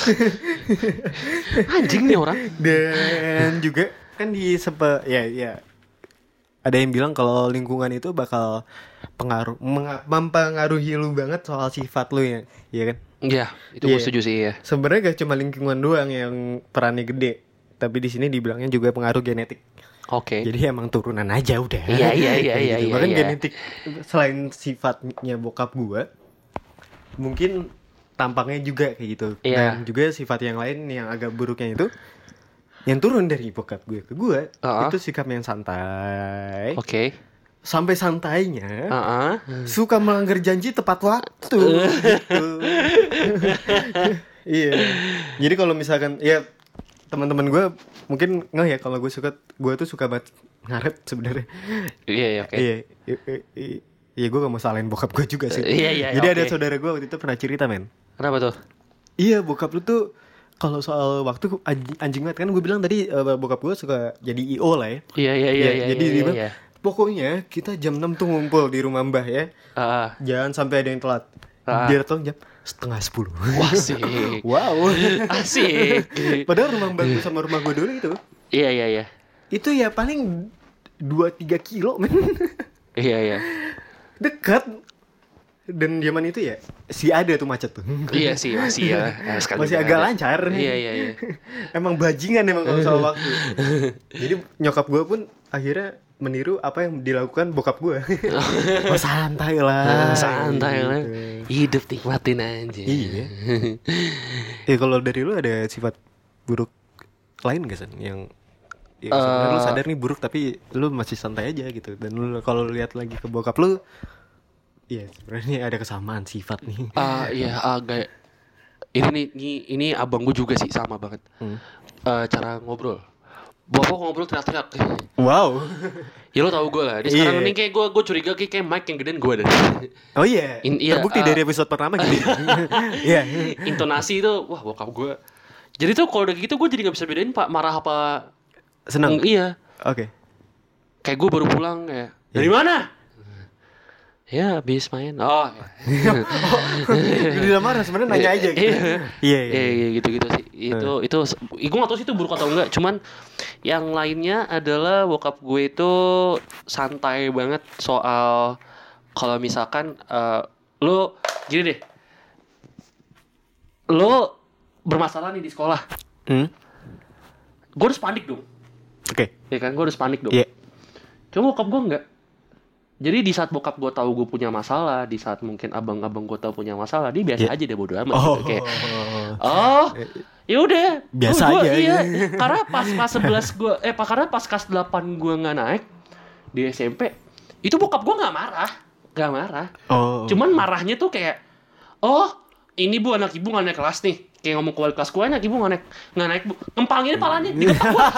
anjing nih orang. Dan juga kan di sepe ya ya ada yang bilang kalau lingkungan itu bakal pengaruh menga- mempengaruhi lu banget soal sifat lu ya, iya kan? Iya, itu gue Iya. setuju sih ya. Sebenarnya gak cuma lingkungan doang yang perannya gede, tapi di sini dibilangnya juga pengaruh genetik. Oke. Jadi emang turunan aja udah. Iya, iya, iya, Kayak iya, gitu. iya, Bahkan iya. genetik selain sifatnya bokap gua, mungkin tampangnya juga kayak gitu. Iya. Dan juga sifat yang lain yang agak buruknya itu yang turun dari bokap gue ke gue Uh-uh. itu sikap yang santai, Oke. sampai santainya Uh-uh. suka melanggar janji tepat waktu. Gitu. Iya. Jadi kalau misalkan ya teman-teman gue mungkin nggak ya kalau gue suka gue tuh suka banget ngaret sebenarnya. Iya iya oke. Iya. Iya gue gak mau salahin bokap gue juga sih. Iya iya. Jadi okay. ada saudara gue waktu itu pernah cerita men. Kenapa tuh? Iya bokap lu tuh kalau soal waktu anjing, anjing banget kan gue bilang tadi uh, bokap gue suka jadi I O lah ya. Iya iya iya. iya jadi iya, dia bilang iya. pokoknya kita jam enam tuh ngumpul di rumah Mbah ya. Uh, Jangan sampai ada yang telat. uh. Dia datang jam setengah sepuluh. Wah asik. Wow. Asik. Padahal rumah Mbah gue sama rumah gue dulu itu. Iya iya iya. Itu ya paling dua tiga kilo men. Iya iya. Dekat. Dan zaman itu ya si ada tuh macet tuh. Iya sih masih ya. Masih agak ada. Lancar. Iya iya iya. Emang bajingan emang kalau soal waktu. Jadi nyokap gue pun akhirnya meniru apa yang dilakukan bokap gue. Oh santai lah. Santai lah. Gitu. Hidup nikmatin aja. Iya. Ya kalau dari lu ada sifat buruk lain gak San? Yang ya, sebenarnya lu sadar nih buruk tapi lu masih santai aja gitu. Dan lu kalau lihat lagi ke bokap lu, iya sebenarnya ada kesamaan sifat nih. Ah uh, iya agak uh, ini nih ini, ini abang gue juga sih sama banget. Hmm. Uh, cara ngobrol. Bapak ngobrol teriak-teriak. Wow. Ya lo tau gue lah. Dia sekarang yeah. ini kayak gue gue curiga kayak, kayak mic yang gedein gue deh. Oh iya. Yeah. iya. Terbukti uh, dari episode pertama gitu. Iya. Intonasi itu wah bokap gue. Jadi tuh kalau udah gitu gue jadi nggak bisa bedain pak marah apa senang. Mm, iya. Oke. Okay. Kayak gue baru pulang kayak yeah. Dari mana? Ya habis main. Oh. Di dalam marah sebenarnya nanya aja gitu. Iya iya iya gitu-gitu sih. Itu uh. itu gue enggak tahu sih itu buruk atau enggak, cuman yang lainnya adalah bokap gue itu santai banget soal kalau misalkan uh, lo gini deh. Lo bermasalah nih di sekolah. Hmm? Gue harus panik dong. Oke. Okay. Ya kan gue harus panik dong. Iya. Yeah. Cuma bokap gue enggak. Jadi di saat bokap gue tahu gue punya masalah, di saat mungkin abang-abang gue tahu punya masalah, dia biasa yeah. aja dia bodo amat oh. gitu kayak, oh, ya udah, biasa gua, aja. Iya, karena pas pas sebelas gue, eh, karena pas kelas delapan gue nggak naik di S M P, itu bokap gue nggak marah, nggak marah, oh. Cuman marahnya tuh kayak, oh, ini bu anak ibu nggak naik kelas nih. Kayak ngomong ke wali kelas gue, anak ibu nggak naik, nggak naik bu, ngempangin palanya, dikepak gue,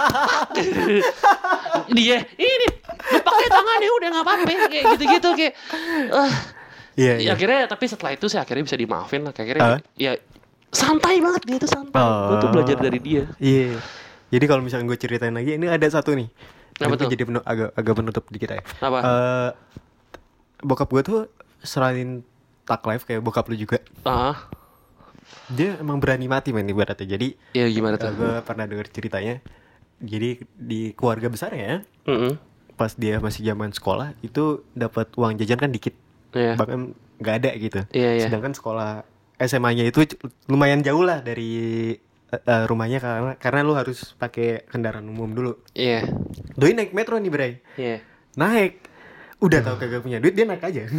dia ini, ngepaknya tangannya udah nggak apa-apa, kayak gitu-gitu kayak, uh, yeah, yeah. akhirnya tapi setelah itu sih akhirnya bisa dimaafin lah, kayak akhirnya uh? ya santai banget dia tuh santai, oh. Gue tuh belajar dari dia. Iya, yeah. Jadi kalau misalnya gue ceritain lagi, ini ada satu nih, apa tuh? Jadi penuh, agak agak menutup dikit ya. Apa? Uh, bokap gue tuh selain tak live kayak bokap lu juga. Ah. Uh. Dia emang berani mati men ibaratnya. Jadi ya gimana tuh? Gue pernah dengar ceritanya. Jadi di keluarga besar ya, mm-hmm. pas dia masih zaman sekolah itu dapat uang jajan kan dikit, yeah. bahkan nggak ada gitu. Yeah, yeah. Sedangkan sekolah S M A-nya itu lumayan jauh lah dari uh, rumahnya karena karena lu harus pakai kendaraan umum dulu. Iya. Yeah. Doi naik metro nih Bray. Iya. Yeah. Naik. Udah tahu kagak punya duit dia naik aja.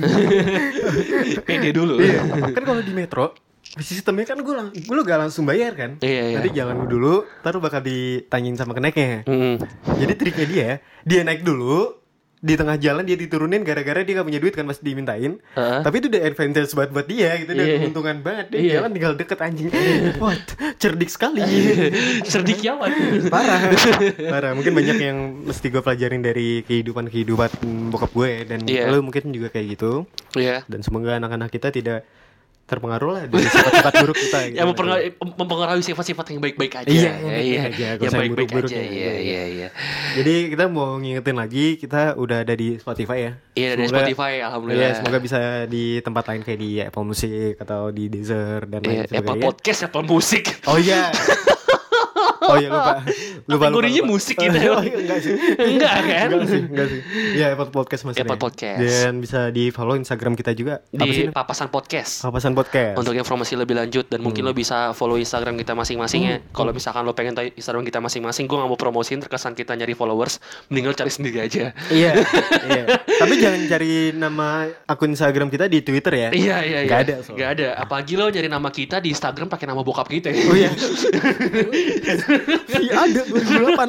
Pede dulu. Iya. Kan kalau di metro sistemnya kan gue lang- gue gak langsung bayar kan. Iya, iya. Nanti jalan dulu, taruh bakal ditanyain sama kenaiknya. Mm-hmm. Jadi triknya dia, dia naik dulu, di tengah jalan dia diturunin gara-gara dia gak punya duit kan pas dimintain. Uh-huh. Tapi itu udah advantage buat buat dia gitu, udah yeah. keuntungan banget. Dia yeah. jalan tinggal deket anjing. What? Cerdik sekali. Cerdik yawan. Parah. Parah. Mungkin banyak yang mesti gue pelajarin dari kehidupan-kehidupan bokap gue dan yeah. lo mungkin juga kayak gitu. Iya. Yeah. Dan semoga anak-anak kita tidak terpengaruh lah dari sifat-sifat buruk kita gitu. Ya mempengaruhi, mempengaruhi sifat-sifat yang baik-baik aja. Iya, iya, iya. Yang baik-baik aja. Iya, iya, iya. Jadi kita mau ngingetin lagi, kita udah ada di Spotify ya. Iya, dari Spotify, alhamdulillah. Iya, semoga bisa di tempat lain kayak di Apple Music atau di Deezer dan lain sebagainya. Apple Podcast, Apple Music. Oh iya. Oh iya lupa. Lupa kategorinya musik gitu ya. Oh, iya, enggak sih. Enggak kan? Enggak sih, enggak sih. Ya Apple Podcast masih. Apple Podcast. Dan bisa di-follow Instagram kita juga. Di Papasan Podcast. Papasan Podcast. Untuk informasi lebih lanjut dan mungkin hmm. lo bisa follow Instagram kita masing-masing ya. Hmm. Kalau misalkan lo pengen tahu Instagram kita masing-masing, gue enggak mau promosiin terkesan kita nyari followers, mending lo cari sendiri aja. Iya. Iya. Tapi jangan cari nama akun Instagram kita di Twitter ya. Iya, iya, iya. Enggak ada. Enggak ada. Apalagi lo nyari nama kita di Instagram pakai nama bokap kita. Oh iya. Iya ada dua ribu delapan.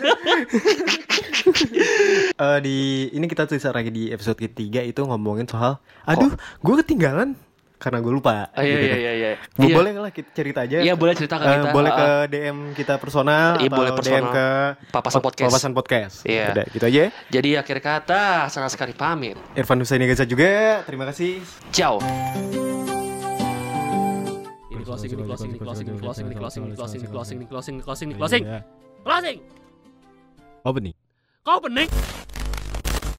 Eh di ini kita tulis lagi di episode ketiga itu ngomongin soal, aduh, gue ketinggalan karena gue lupa. Ah, iya, gitu iya, deh. iya, iya. Bo- Iya. Boleh lah kita cerita aja. Iya, boleh cerita ke Eh, kita. boleh ke Ah, D M kita personal Iya, atau boleh D M personal. ke Papasan Pap- Podcast. Papasan Podcast. Iya. Udah, gitu aja. Jadi akhir kata sangat sekali pamit. Irfan Husaini Gaza juga. Terima kasih. Ciao. Ini closing, ini closing, ini closing, ini closing, ini closing, ini closing, ini closing, ini closing, ini closing, ini closing, closing. Apa nih? Kau bening.